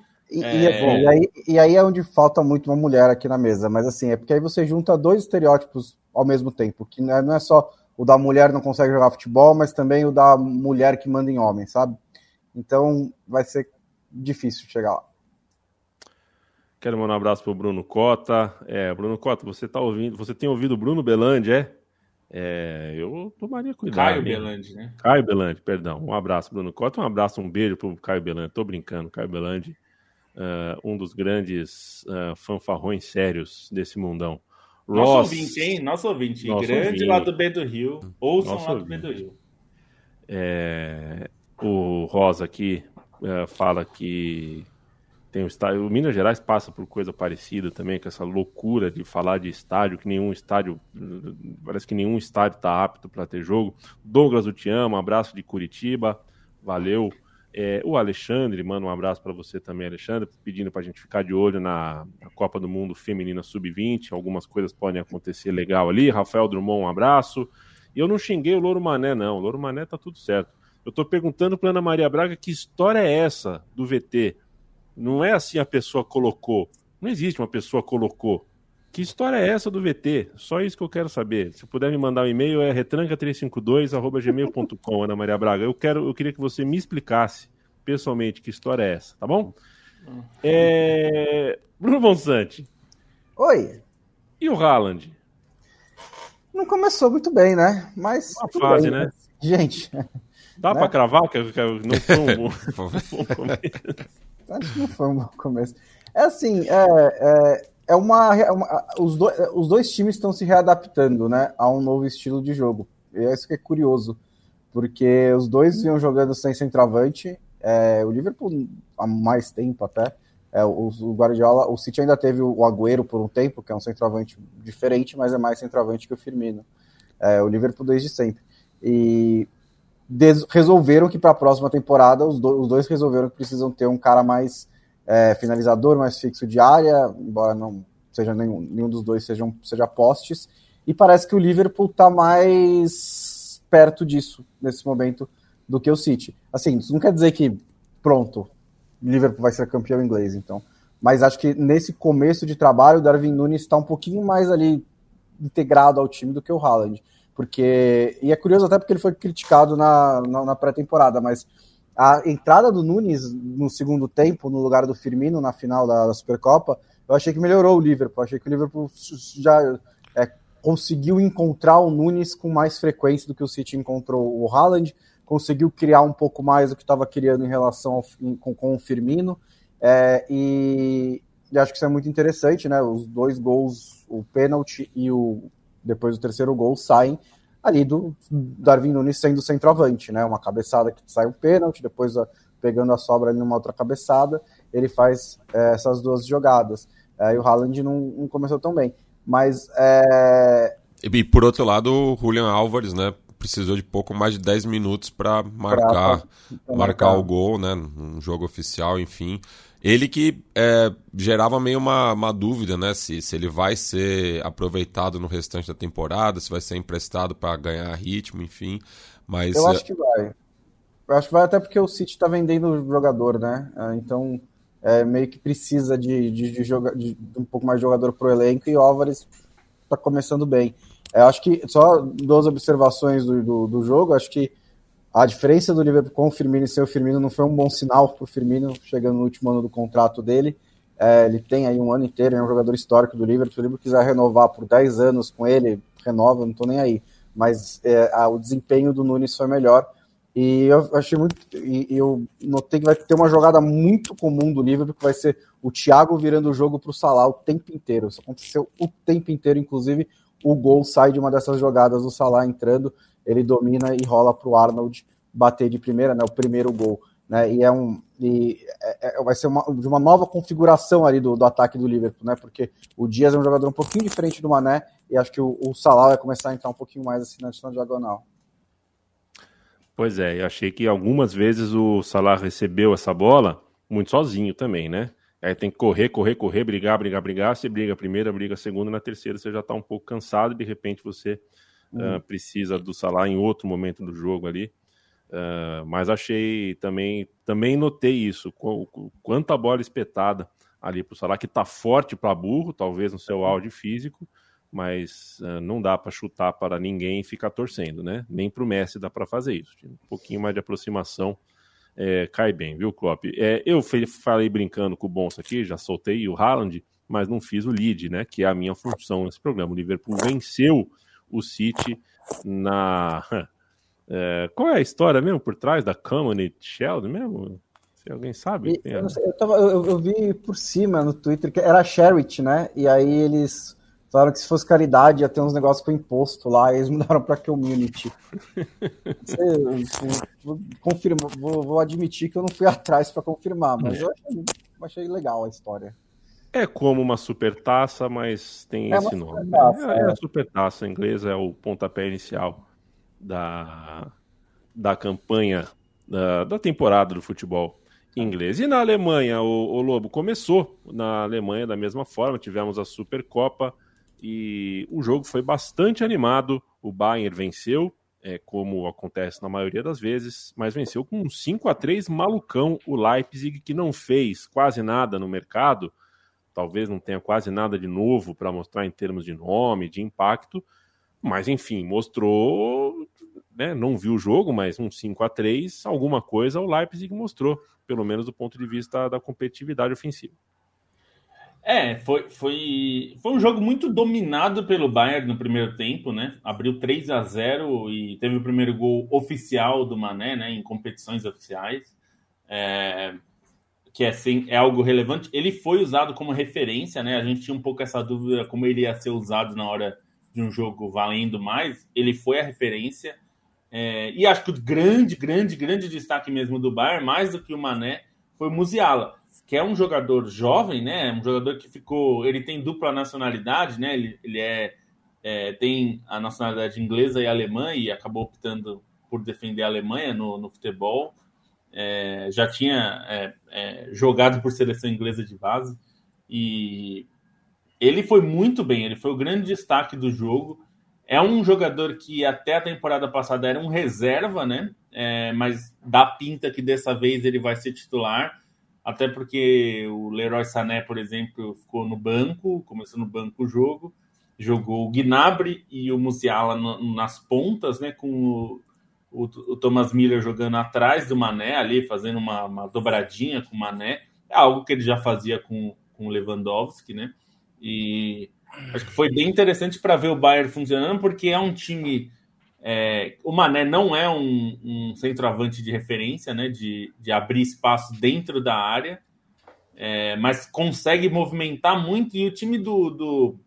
E aí é onde falta muito uma mulher aqui na mesa, mas assim, é porque aí você junta 2 estereótipos ao mesmo tempo, que não é só o da mulher não consegue jogar futebol, mas também o da mulher que manda em homem, sabe? Então vai ser difícil chegar lá. Quero mandar um abraço pro Bruno Cota. Bruno Cota, você tem ouvido o Bruno Belandi, eu tomaria cuidado. Caio Belandi, né? Caio Belandi, perdão. Um abraço, Bruno Cota. Um abraço, um beijo pro Caio Belandi. Tô brincando, Caio Belandi, um dos grandes fanfarrões sérios desse mundão. Nosso ouvinte, hein? Nosso ouvinte. Grande ouvinte. Lá do B do Rio. Ouçam lá do B do Rio. O Rosa aqui fala que tem o estádio. O Minas Gerais passa por coisa parecida também, com essa loucura de falar de estádio, que nenhum estádio. Parece que nenhum estádio está apto para ter jogo. Douglas, eu te amo. Um abraço de Curitiba. Valeu. O Alexandre, manda um abraço para você também, Alexandre, pedindo para a gente ficar de olho na Copa do Mundo Feminina Sub-20. Algumas coisas podem acontecer legal ali. Rafael Drummond, um abraço. E eu não xinguei o Louro Mané, não. O Louro Mané tá tudo certo. Eu tô perguntando para Ana Maria Braga que história é essa do VT. Não é assim a pessoa colocou. Não existe uma pessoa colocou. Que história é essa do VT? Só isso que eu quero saber. Se puder me mandar um e-mail, é retranca352@gmail.com, Ana Maria Braga. Eu queria que você me explicasse pessoalmente que história é essa, tá bom? Bruno Bonsante. Oi. E o Haaland? Não começou muito bem, né? Mas uma fase, bem, né? Gente. Dá pra cravar que não foi um bom começo? Acho que não foi um bom começo. Assim, os dois times estão se readaptando, né, a um novo estilo de jogo. E é isso que é curioso, porque os dois vinham jogando sem centroavante, o Liverpool há mais tempo até, o Guardiola, o City ainda teve o Agüero por um tempo, que é um centroavante diferente, mas é mais centroavante que o Firmino. O Liverpool desde sempre. E resolveram que para a próxima temporada os dois resolveram que precisam ter um cara mais finalizador, mais fixo de área, embora não seja nenhum dos dois seja postes, e parece que o Liverpool está mais perto disso nesse momento do que o City. Assim, isso não quer dizer que pronto, o Liverpool vai ser campeão inglês, então, mas acho que nesse começo de trabalho o Darwin Núñez está um pouquinho mais ali integrado ao time do que o Haaland. E é curioso até porque ele foi criticado na pré-temporada, mas a entrada do Núñez no segundo tempo, no lugar do Firmino na final da Supercopa, eu achei que melhorou o Liverpool. Achei que o Liverpool já conseguiu encontrar o Núñez com mais frequência do que o City encontrou o Haaland, conseguiu criar um pouco mais do que estava criando em relação com o Firmino, e acho que isso é muito interessante, né? Os dois gols, o pênalti e depois o terceiro gol saem ali do Darwin Núñez sendo centroavante, né? Uma cabeçada que sai um pênalti, depois pegando a sobra ali numa outra cabeçada, ele faz essas duas jogadas. E o Haaland não começou tão bem. Mas... E por outro lado, o Julian Álvares, né? Precisou de pouco mais de 10 minutos para marcar o gol, né? Um jogo oficial, enfim. Ele que gerava meio uma dúvida, né? Se ele vai ser aproveitado no restante da temporada, se vai ser emprestado para ganhar ritmo, enfim. Mas eu acho que vai. Eu acho que vai até porque o City está vendendo o jogador, né? Então meio que precisa de um pouco mais de jogador pro elenco, e o Álvares está começando bem. Eu acho que só duas observações do jogo. Acho que a diferença do Liverpool com o Firmino e sem o Firmino não foi um bom sinal para o Firmino chegando no último ano do contrato dele. Ele tem aí um ano inteiro, é um jogador histórico do Liverpool. Se o Liverpool quiser renovar por 10 anos com ele, renova, eu não estou nem aí. Mas o desempenho do Núñez foi melhor. E eu achei eu notei que vai ter uma jogada muito comum do Liverpool, que vai ser o Thiago virando o jogo para o Salah o tempo inteiro. Isso aconteceu o tempo inteiro, inclusive o gol sai de uma dessas jogadas do Salah entrando, ele domina e rola para o Arnold bater de primeira, né, o primeiro gol, né, vai ser de uma nova configuração ali do ataque do Liverpool, né, porque o Dias é um jogador um pouquinho diferente do Mané, e acho que o Salah vai começar a entrar um pouquinho mais assim na diagonal. Pois eu achei que algumas vezes o Salah recebeu essa bola muito sozinho também, né? Aí tem que correr, brigar. Você briga a primeira, briga a segunda, na terceira você já está um pouco cansado e de repente você precisa do Salah em outro momento do jogo ali. Mas achei também notei isso, quanta bola espetada ali pro Salah, que tá forte para burro, talvez no seu auge físico, mas não dá para chutar para ninguém e ficar torcendo, né? Nem para o Messi dá para fazer isso. Um pouquinho mais de aproximação cai bem, viu, Klopp? Eu falei brincando com o Bonsa aqui, já soltei o Haaland, mas não fiz o lead, né? Que é a minha função nesse programa. O Liverpool venceu o City na... qual é a história mesmo por trás da Community Shield mesmo? Se alguém sabe? Eu vi por cima no Twitter que era charity, né? E aí eles falaram que se fosse caridade ia ter uns negócios com imposto lá, e eles mudaram para community. Vou admitir que eu não fui atrás para confirmar, mas eu achei legal a história. É como uma supertaça, mas tem esse nome. A supertaça inglesa, é o pontapé inicial da campanha da temporada do futebol inglês. E na Alemanha, o Lobo começou na Alemanha da mesma forma, tivemos a Supercopa e o jogo foi bastante animado. O Bayern venceu, como acontece na maioria das vezes, mas venceu com um 5-3 malucão. O Leipzig, que não fez quase nada no mercado, talvez não tenha quase nada de novo para mostrar em termos de nome, de impacto, mas enfim, mostrou, né, não viu o jogo, mas um 5-3, alguma coisa o Leipzig mostrou, pelo menos do ponto de vista da competitividade ofensiva. Foi um jogo muito dominado pelo Bayern no primeiro tempo, né? Abriu 3-0 e teve o primeiro gol oficial do Mané, né, em competições oficiais, que é algo relevante. Ele foi usado como referência, né? A gente tinha um pouco essa dúvida como ele ia ser usado na hora de um jogo valendo mais. Ele foi a referência. E acho que o grande destaque mesmo do Bayern, mais do que o Mané, foi o Musiala, que é um jogador jovem, né? Um jogador que ele tem dupla nacionalidade, né? Ele tem a nacionalidade inglesa e alemã e acabou optando por defender a Alemanha no futebol. Já tinha jogado por seleção inglesa de base e ele foi muito bem, ele foi o grande destaque do jogo. É um jogador que até a temporada passada era um reserva, né? Mas dá pinta que dessa vez ele vai ser titular, até porque o Leroy Sané, por exemplo, ficou no banco, começou no banco o jogo, jogou o Gnabry e o Musiala nas pontas, né? Com o Thomas Müller jogando atrás do Mané, ali fazendo uma dobradinha com o Mané, é algo que ele já fazia com o Lewandowski, né? E acho que foi bem interessante para ver o Bayern funcionando, porque é um time... o Mané não é um centroavante de referência, né? De abrir espaço dentro da área, mas consegue movimentar muito, e o time do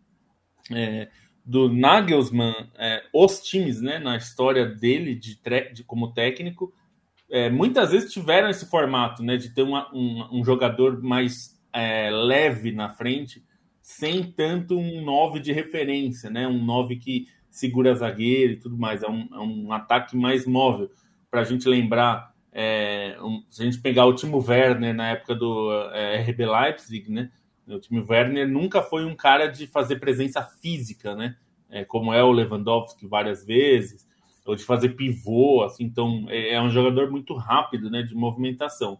Nagelsmann, os times, né, na história dele como técnico, muitas vezes tiveram esse formato, né, de ter um jogador mais leve na frente, sem tanto um 9 de referência, né, um 9 que segura zagueiro e tudo mais. É um ataque mais móvel. Para a gente lembrar, se a gente pegar o Timo Werner na época do RB Leipzig, né, o Timo Werner nunca foi um cara de fazer presença física, né? Como é o Lewandowski várias vezes, ou de fazer pivô, assim. Então é um jogador muito rápido, né, de movimentação.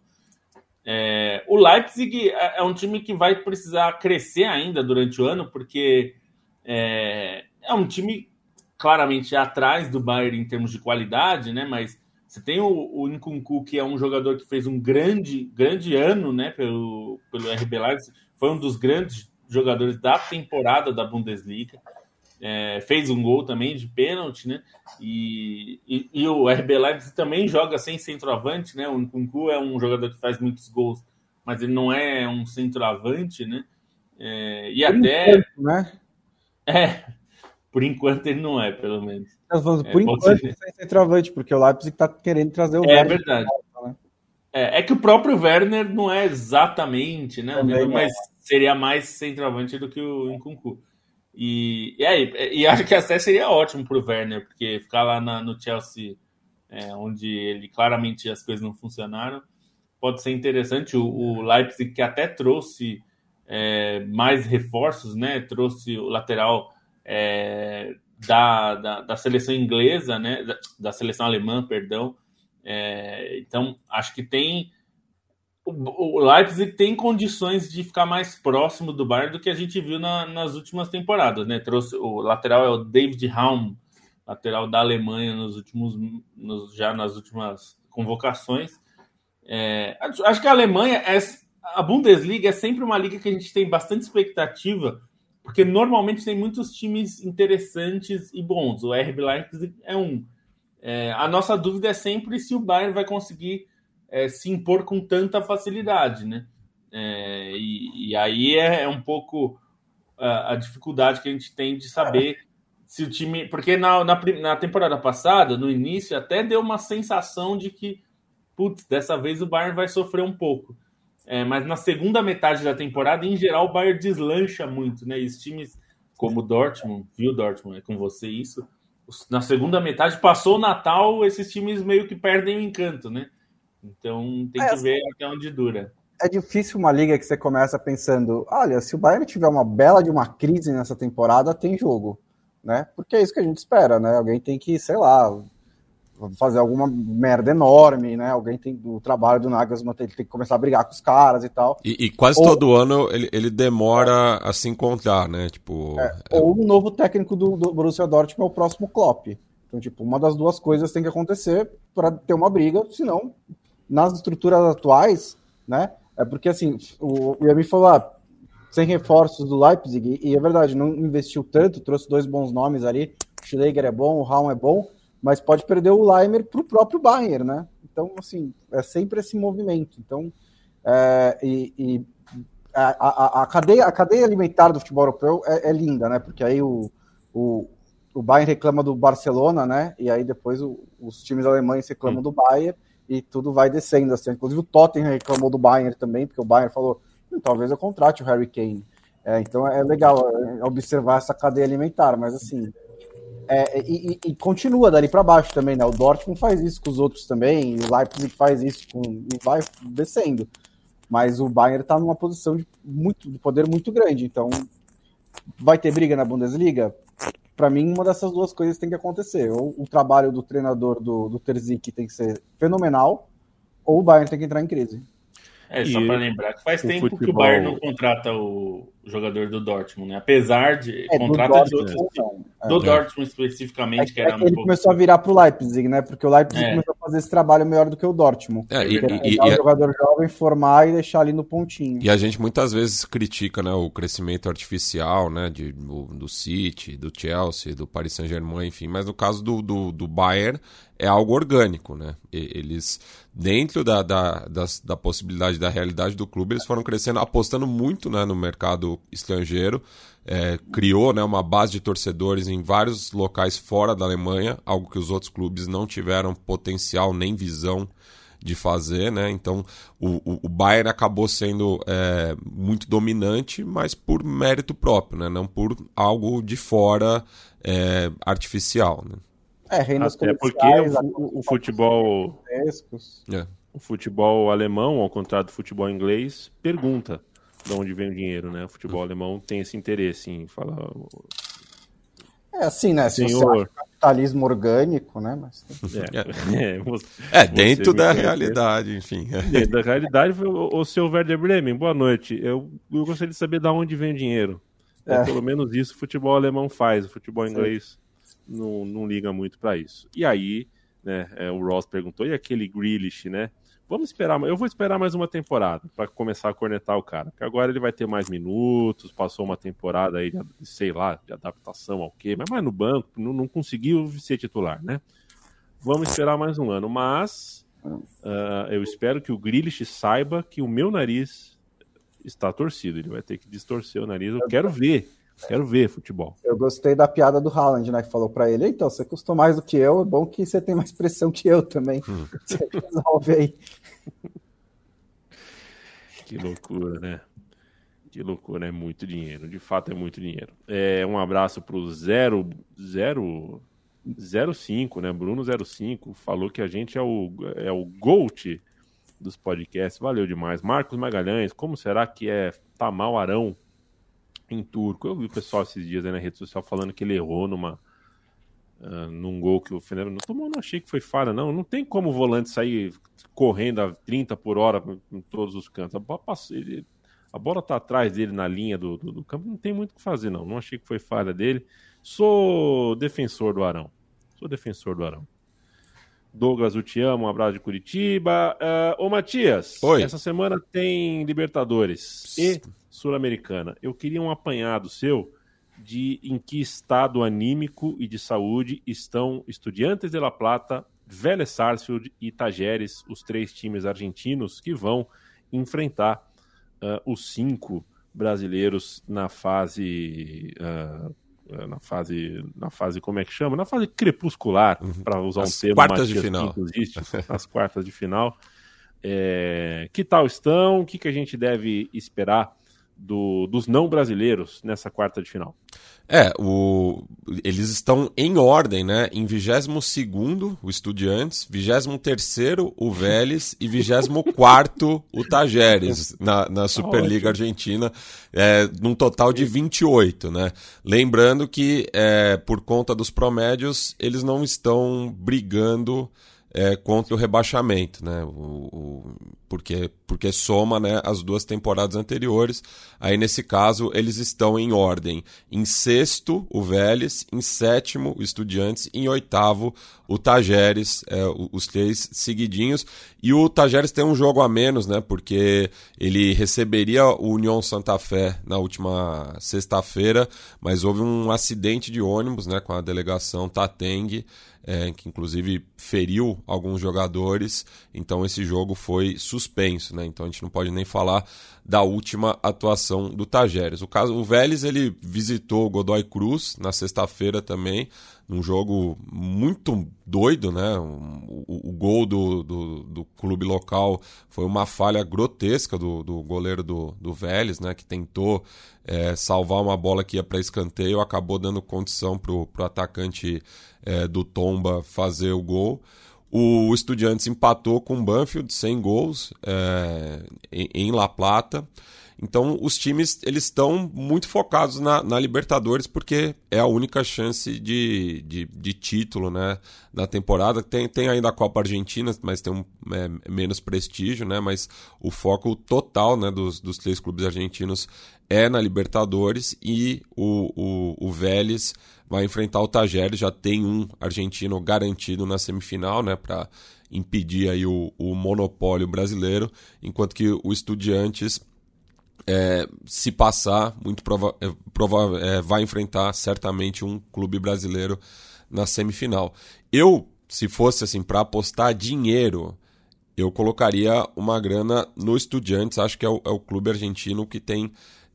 O Leipzig é um time que vai precisar crescer ainda durante o ano, porque é um time claramente atrás do Bayern em termos de qualidade, né? Mas você tem o Nkunku, que é um jogador que fez um grande ano, né, pelo RB Leipzig, foi um dos grandes jogadores da temporada da Bundesliga, fez um gol também de pênalti, né? E o RB Leipzig também joga sem centroavante, né? O Nkunku é um jogador que faz muitos gols, mas ele não é um centroavante, né? E por até enquanto, né? Por enquanto ele não é, pelo menos. Por enquanto sem centroavante, porque o Leipzig está querendo trazer o Werner. É verdade. Né? É que o próprio Werner não é exatamente, né? Mas seria mais centroavante do que o Nkunku. E acho que até seria ótimo para o Werner, porque ficar lá no Chelsea, onde ele claramente as coisas não funcionaram, pode ser interessante. O Leipzig, que até trouxe mais reforços, né? Trouxe o lateral da seleção inglesa, né? Da seleção alemã, perdão. Então, acho que tem o Leipzig tem condições de ficar mais próximo do Bayern do que a gente viu nas últimas temporadas, né? Trouxe o lateral é o David Raum, lateral da Alemanha já nas últimas convocações. Acho que a Alemanha, a Bundesliga é sempre uma liga que a gente tem bastante expectativa, porque normalmente tem muitos times interessantes e bons. O RB Leipzig é um. A nossa dúvida é sempre se o Bayern vai conseguir se impor com tanta facilidade, né? E aí é um pouco a dificuldade que a gente tem de saber se o time... Porque na temporada passada, no início, até deu uma sensação de que, putz, dessa vez o Bayern vai sofrer um pouco. Mas na segunda metade da temporada, em geral, o Bayern deslancha muito, né? E os times como o Dortmund, viu, Dortmund, é com você isso, na segunda metade, passou o Natal, esses times meio que perdem o encanto, né? Então tem que ver até onde dura. É difícil uma liga que você começa pensando, olha, se o Bayern tiver uma bela de uma crise nessa temporada, tem jogo, né? Porque é isso que a gente espera, né? Alguém tem que, sei lá, fazer alguma merda enorme, né? Alguém tem o trabalho do Nagelsmann, tem que começar a brigar com os caras e tal. E quase todo ano ele demora a se encontrar, né? Tipo, Ou o novo técnico do Borussia Dortmund é o próximo Klopp. Então, tipo, uma das duas coisas tem que acontecer para ter uma briga, senão, nas estruturas atuais, né? É porque, assim, o Yami falou, sem reforços do Leipzig, e é verdade, não investiu tanto, trouxe 2 bons nomes ali, o Schläger é bom, o Raum é bom, mas pode perder o Leimer para o próprio Bayern, né? Então, assim, é sempre esse movimento. Então, a cadeia alimentar do futebol europeu é linda, né? Porque aí o Bayern reclama do Barcelona, né? E aí depois os times alemães reclamam do Bayern e tudo vai descendo, assim. Inclusive o Tottenham reclamou do Bayern também, porque o Bayern falou, talvez eu contrate o Harry Kane. Então é legal observar essa cadeia alimentar, mas assim... E continua dali para baixo também, né? O Dortmund faz isso com os outros também, o Leipzig faz isso e vai descendo. Mas o Bayern está numa posição de poder muito grande, então vai ter briga na Bundesliga? Para mim, uma dessas duas coisas tem que acontecer. Ou o trabalho do treinador do Terzic tem que ser fenomenal, ou o Bayern tem que entrar em crise. Só para lembrar que faz tempo que o Bayern não contrata o jogador do Dortmund, né? Apesar de contrata de outros do Dortmund especificamente, que era ele começou a virar pro Leipzig, né? Porque o Leipzig começou a fazer esse trabalho melhor do que o Dortmund. O jogador jovem, formar e deixar ali no pontinho. E a gente muitas vezes critica, né, o crescimento artificial, né, do City, do Chelsea, do Paris Saint-Germain, enfim. Mas no caso do Bayern é algo orgânico, né? Eles, dentro da possibilidade da realidade do clube, eles foram crescendo, apostando muito, né, no mercado estrangeiro, criou, né, uma base de torcedores em vários locais fora da Alemanha, algo que os outros clubes não tiveram potencial nem visão de fazer, né? Então o Bayern acabou sendo muito dominante, mas por mérito próprio, né? Não por algo de fora artificial, né? Até porque o futebol o futebol alemão, ao contrário do futebol inglês, pergunta de onde vem o dinheiro, né? O futebol alemão tem esse interesse em falar... assim, né? Se você acha capitalismo orgânico, né? Mas... dentro da realidade, enfim. Dentro da realidade, o seu Werder Bremen, boa noite. Eu gostaria de saber de onde vem o dinheiro. Pelo menos isso o futebol alemão faz, o futebol inglês não liga muito para isso. E aí, né, o Ross perguntou, e aquele Grealish, né? Vamos esperar, eu vou esperar mais uma temporada para começar a cornetar o cara, porque agora ele vai ter mais minutos, passou uma temporada aí, sei lá, de adaptação ao quê, mas no banco, não conseguiu ser titular, né? Vamos esperar mais um ano, mas eu espero que o Grealish saiba que o meu nariz está torcido, ele vai ter que distorcer o nariz, eu quero ver futebol. Eu gostei da piada do Haaland, né, que falou pra ele, então, você custou mais do que eu, é bom que você tem mais pressão que eu também. Você resolve aí. Que loucura, né? Que loucura, é muito dinheiro, de fato é muito dinheiro. Um abraço pro 05, né, Bruno 05, falou que a gente é o GOAT dos podcasts, valeu demais. Marcos Magalhães, como será que é Tamal Arão em turco? Eu vi o pessoal esses dias aí na rede social falando que ele errou num gol que o Fener não tomou, não achei que foi falha, não tem como o volante sair correndo a 30 por hora em todos os cantos. A bola tá atrás dele na linha do campo, não tem muito o que fazer, não. Não achei que foi falha dele. Sou defensor do Arão. Douglas, eu te amo, um abraço de Curitiba. Ô Matias, Oi. Essa semana tem Libertadores e Sul-Americana. Eu queria um apanhado seu de em que estado anímico e de saúde estão Estudiantes de La Plata, Vélez Sarsfield e Tajeres, os 3 times argentinos que vão enfrentar os 5 brasileiros na fase como é que chama? Na fase crepuscular, para usar um termo quartas de final. Que existe, as quartas de final. Que tal estão? O que a gente deve esperar dos não brasileiros nessa quarta de final? Eles estão em ordem, né? Em 22º, o Estudiantes, 23º, o Vélez e 24º, o Tajeres, na Superliga Argentina, num total de 28, né? Lembrando que, por conta dos promédios, eles não estão brigando contra o rebaixamento, né? Porque soma, né, as 2 temporadas anteriores. Aí, nesse caso, eles estão em ordem. Em 6º, o Vélez, em 7º, o Estudiantes, em 8º, o Tajeres, os 3 seguidinhos. E o Tajeres tem um jogo a menos, né? Porque ele receberia o União Santa Fé na última sexta-feira, mas houve um acidente de ônibus, né, com a delegação Tateng, que inclusive feriu alguns jogadores, então esse jogo foi suspenso, né? Então a gente não pode nem falar da última atuação do Tajeres. O Vélez, ele visitou o Godoy Cruz na sexta-feira também, num jogo muito doido, né? O gol do clube local foi uma falha grotesca do goleiro do Vélez, né? Que tentou salvar uma bola que ia para escanteio, acabou dando condição para o atacante do Tomba fazer o gol. O Estudiantes empatou com o Banfield, 100 gols em La Plata. Então os times, eles estão muito focados na Libertadores, porque é a única chance de título, né, na temporada. Tem ainda a Copa Argentina, mas tem menos prestígio, né, mas o foco total, né, dos 3 clubes argentinos é na Libertadores. E o Vélez vai enfrentar o Tajeres, já tem um argentino garantido na semifinal, né, para impedir aí o monopólio brasileiro, enquanto que o Estudiantes, se passar, muito vai enfrentar certamente um clube brasileiro na semifinal. Se fosse assim para apostar dinheiro, eu colocaria uma grana no Estudiantes. Acho que é o clube argentino que tem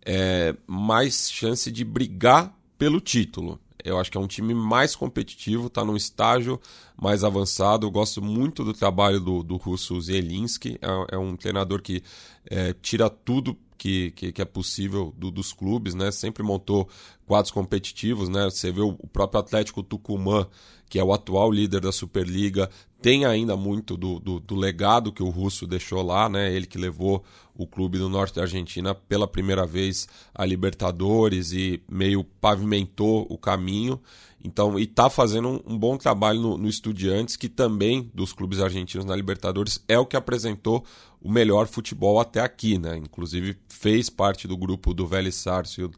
mais chance de brigar pelo título. Eu acho que é um time mais competitivo, está num estágio mais avançado. Eu gosto muito do trabalho do russo Zielinski. É um treinador que tira tudo que é possível dos clubes, né? Sempre montou quadros competitivos, né? Você vê o próprio Atlético Tucumã, que é o atual líder da Superliga, tem ainda muito do legado que o russo deixou lá, né? Ele que levou o clube do norte da Argentina pela primeira vez a Libertadores e meio pavimentou o caminho. Então, e está fazendo um bom trabalho no Estudiantes, que também, dos clubes argentinos na Libertadores, é o que apresentou o melhor futebol até aqui, né? Inclusive fez parte do grupo do Vélez Sarsfield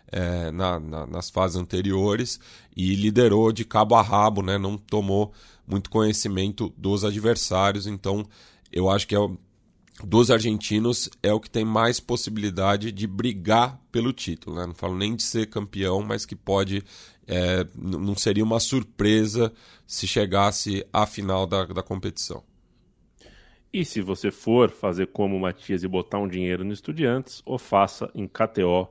nas fases anteriores e liderou de cabo a rabo, né? Não tomou muito conhecimento dos adversários. Então eu acho que dos argentinos é o que tem mais possibilidade de brigar pelo título, né? Não falo nem de ser campeão, mas que pode... não seria uma surpresa se chegasse à final da competição. E se você for fazer como o Matias e botar um dinheiro no Estudiantes, ou faça em KTO.com.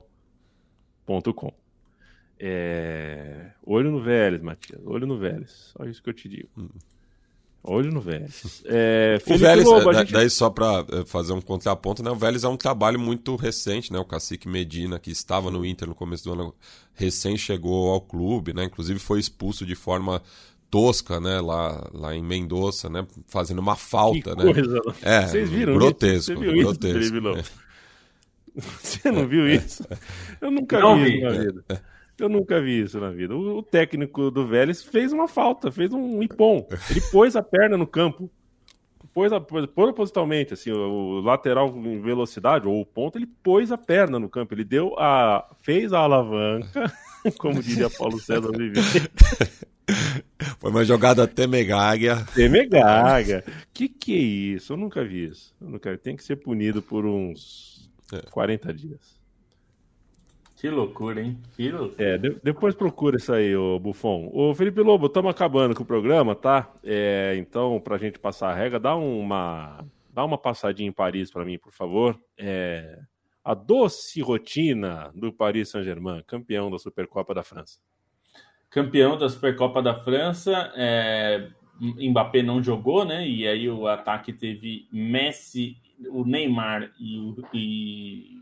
Olho no Vélez, Matias. Olho no Vélez. Só isso que eu te digo. Olho no Vélez. O Vélez, Lobo, daí só para fazer um contraponto, né? O Vélez é um trabalho muito recente, né? O Cacique Medina, que estava no Inter no começo do ano, recém chegou ao clube, né? Inclusive foi expulso de forma tosca, né? Lá em Mendoza, né? Fazendo uma falta, que né? Coisa. Vocês viram grotesco, isso? Você viu grotesco. Isso, Você não viu isso? Eu nunca vi isso na vida. Eu nunca vi isso na vida. O técnico do Vélez fez uma falta, fez um ipom. Ele pôs a perna no campo. pôs propositalmente, assim, o lateral em velocidade, ou o ponto, ele pôs a perna no campo, ele fez a alavanca, como diria Paulo César Oliveira. Foi uma jogada temegária. Temegária. Que é isso? Eu nunca vi isso. Tem que ser punido por uns 40 dias. Que loucura, hein? Que loucura. Depois procura isso aí, ô Buffon. Ô Felipe Lobo, estamos acabando com o programa, tá? Então, pra gente passar a regra, dá uma passadinha em Paris pra mim, por favor. A doce rotina do Paris Saint-Germain, campeão da Supercopa da França. Campeão da Supercopa da França, Mbappé não jogou, né? E aí o ataque teve Messi, o Neymar e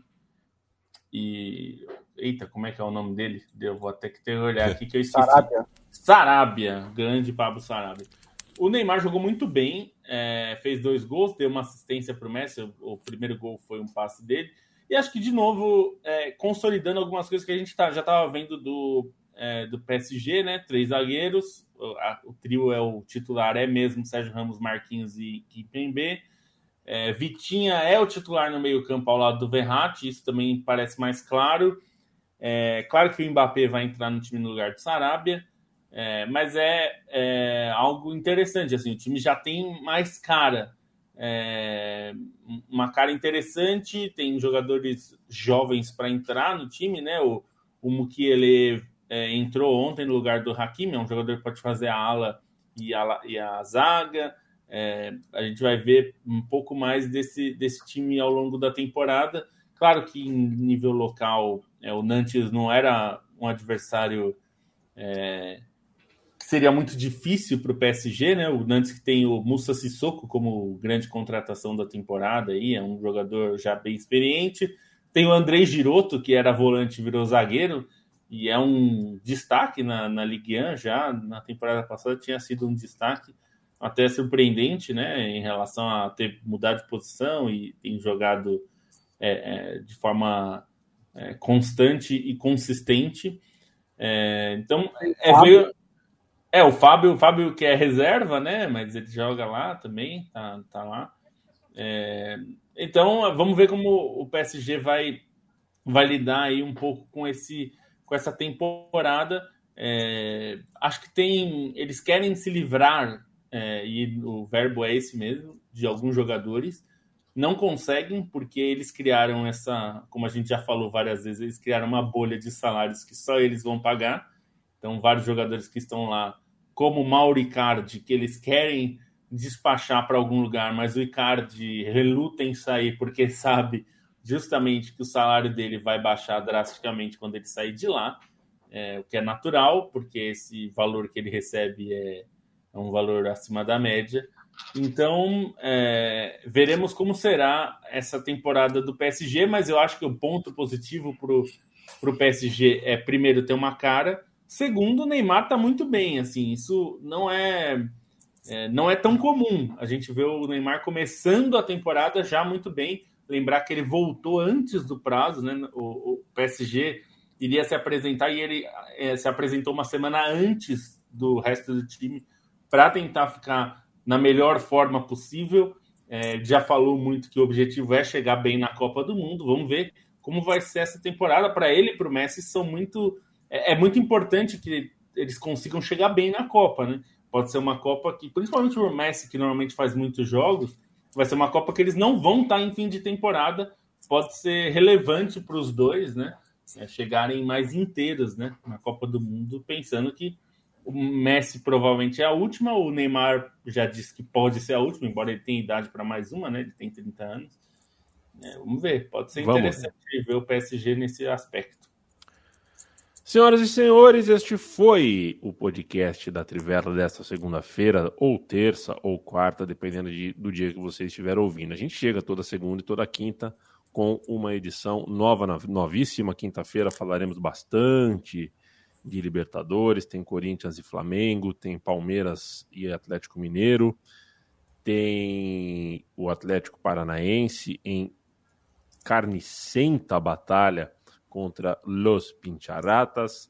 eita, como é que é o nome dele? Eu vou até que ter que olhar aqui que eu esqueci. Sarabia, grande Pablo Sarabia. O Neymar jogou muito bem, fez 2 gols, deu uma assistência para o Messi, o primeiro gol foi um passe dele. E acho que, de novo, consolidando algumas coisas que a gente já estava vendo do PSG, né? 3 zagueiros, o trio o titular mesmo Sérgio Ramos, Marquinhos e Kimpembe. Vitinha é o titular no meio-campo ao lado do Verratti, isso também parece mais claro. Claro que o Mbappé vai entrar no time no lugar do Sarabia, mas algo interessante. Assim, o time já tem mais cara, uma cara interessante, tem jogadores jovens para entrar no time, né? O Mukiele entrou ontem no lugar do Hakimi, é um jogador que pode fazer a ala e a zaga. A gente vai ver um pouco mais desse time ao longo da temporada. Claro que em nível local o Nantes não era um adversário que seria muito difícil para o PSG, né? O Nantes que tem o Moussa Sissoko como grande contratação da temporada, aí, é um jogador já bem experiente. Tem o André Giroto, que era volante e virou zagueiro, e é um destaque na Ligue 1 já. Na temporada passada tinha sido um destaque até surpreendente, né, em relação a ter mudado de posição e tem jogado de forma constante e consistente. Então, o Fábio que é reserva, né, mas ele joga lá também, tá lá. Então, vamos ver como o PSG vai lidar aí um pouco com essa temporada. Acho que eles querem se livrar, e o verbo é esse mesmo, de alguns jogadores. Não conseguem, porque eles criaram como a gente já falou várias vezes, eles criaram uma bolha de salários que só eles vão pagar. Então, vários jogadores que estão lá, como o Mauro Icardi, que eles querem despachar para algum lugar, mas o Icardi reluta em sair porque sabe justamente que o salário dele vai baixar drasticamente quando ele sair de lá, o que é natural, porque esse valor que ele recebe é um valor acima da média. Então, veremos como será essa temporada do PSG, mas eu acho que o ponto positivo para o PSG primeiro, ter uma cara. Segundo, o Neymar está muito bem. Assim, isso não é tão comum. A gente vê o Neymar começando a temporada já muito bem. Lembrar que ele voltou antes do prazo, né? O PSG iria se apresentar e ele se apresentou uma semana antes do resto do time para tentar ficar na melhor forma possível. Já falou muito que o objetivo é chegar bem na Copa do Mundo. Vamos ver como vai ser essa temporada. Para ele e para o Messi é muito importante que eles consigam chegar bem na Copa, né? Pode ser uma Copa que, principalmente o Messi, que normalmente faz muitos jogos, vai ser uma Copa que eles não vão estar em fim de temporada. Pode ser relevante para os dois, né? Chegarem mais inteiros, né, na Copa do Mundo, pensando que o Messi provavelmente é a última, o Neymar já disse que pode ser a última, embora ele tenha idade para mais uma, né? Ele tem 30 anos. Vamos ver, pode ser interessante ver o PSG nesse aspecto. Senhoras e senhores, este foi o podcast da Trivela desta segunda-feira, ou terça, ou quarta, dependendo do dia que você estiver ouvindo. A gente chega toda segunda e toda quinta com uma edição novíssima. Quinta-feira falaremos bastante de Libertadores, tem Corinthians e Flamengo, tem Palmeiras e Atlético Mineiro, tem o Atlético Paranaense em carnicenta batalha contra Los Pincharatas.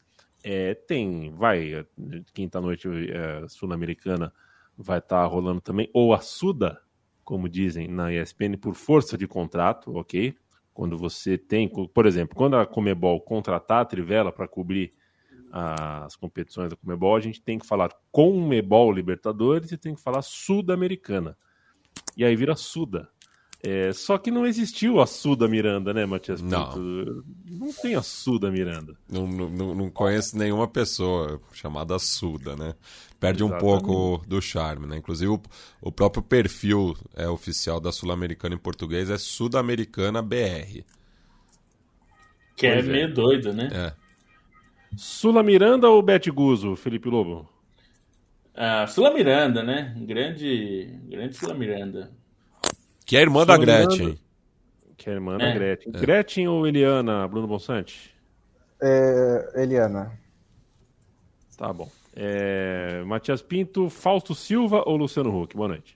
Quinta-noite Sul-Americana vai estar rolando também, ou a Suda, como dizem na ESPN, por força de contrato, ok? Quando você tem, por exemplo, quando a Conmebol contratar a Trivela para cobrir as competições da Conmebol, a gente tem que falar Conmebol Libertadores e tem que falar Sudamericana. E aí vira Suda. Só que não existiu a Suda Miranda, né, Matias Pinto? Não tem a Suda Miranda. Não conheço nenhuma pessoa chamada Suda, né? Perde Exatamente. Um pouco do charme, né? Inclusive o próprio perfil oficial da Sul-Americana em português é Sudamericana BR. Que é meio doido, né? Sula Miranda ou Bete Guzzo, Felipe Lobo? Sula Miranda, né? Grande Sula Miranda. Que é a irmã da Gretchen. Que é a irmã da Gretchen. Gretchen ou Eliana, Bruno Bonsante? Eliana. Tá bom. Matias Pinto, Fausto Silva ou Luciano Huck? Boa noite.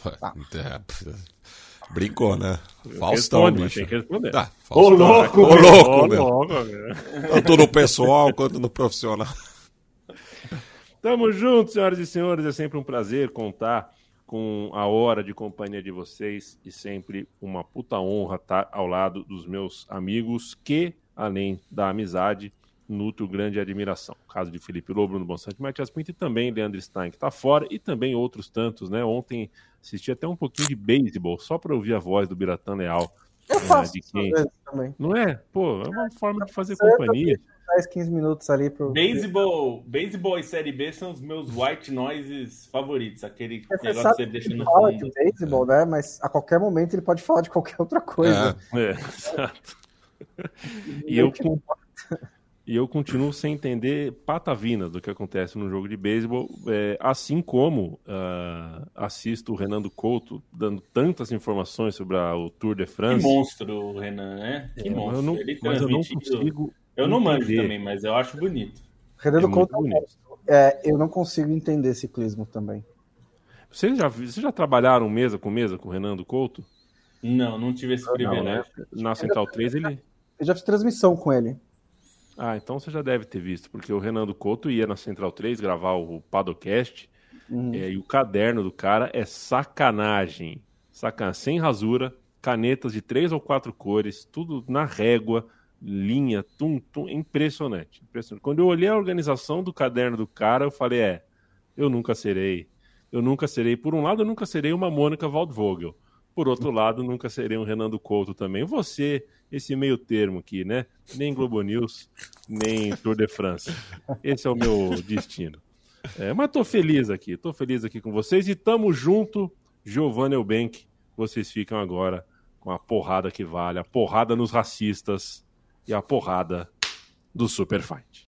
Brincou, né? Faustão, bicho. Tem que responder. Ô, louco, meu. Tanto no pessoal quanto no profissional. Tamo juntos, senhoras e senhores. É sempre um prazer contar com a hora de companhia de vocês e sempre uma puta honra estar ao lado dos meus amigos que, além da amizade, nutro grande admiração. O caso de Felipe Lobo, Bruno Bonsante, Matias Pinto e também Leandro Stein, que está fora, e também outros tantos, né? Ontem assisti até um pouquinho de beisebol, só para ouvir a voz do Biratã Leal. Eu faço de quem... também. Não é? Pô, é uma forma de fazer companhia. 10, 15 minutos ali pro... Beisebol e Série B são os meus white noises favoritos. Aquele negócio que você deixa no fala fundo. de beisebol, né? Mas a qualquer momento ele pode falar de qualquer outra coisa. Exato. E eu continuo sem entender patavinas do que acontece no jogo de beisebol, assim como assisto o Renan Couto dando tantas informações sobre o Tour de France. Que monstro o Renan, né? Que monstro. Ele mas eu não transmite... consigo Eu não manjo entender. também, mas eu acho bonito. Renan Couto, bonito. eu não consigo entender ciclismo também. Vocês já trabalharam mesa com o Renan Couto? Não tive esse privilégio. Né? Na Central 3 ele... Eu já fiz transmissão com ele. Ah, então você já deve ter visto, porque o Renan Couto ia na Central 3 gravar o Padocast, e o caderno do cara é sacanagem. Sem rasura, canetas de 3 ou 4 cores, tudo na régua, linha, impressionante. Quando eu olhei a organização do caderno do cara, eu falei, eu nunca serei. Por um lado, eu nunca serei uma Mônica Waldvogel. Por outro lado, nunca serei um Renan Couto também. Você, esse meio termo aqui, né? Nem Globo News, nem Tour de France. Esse é o meu destino. Mas tô feliz aqui com vocês e tamo junto, Giovanna Eubank. Vocês ficam agora com a porrada que vale, a porrada nos racistas e a porrada do Super Fight.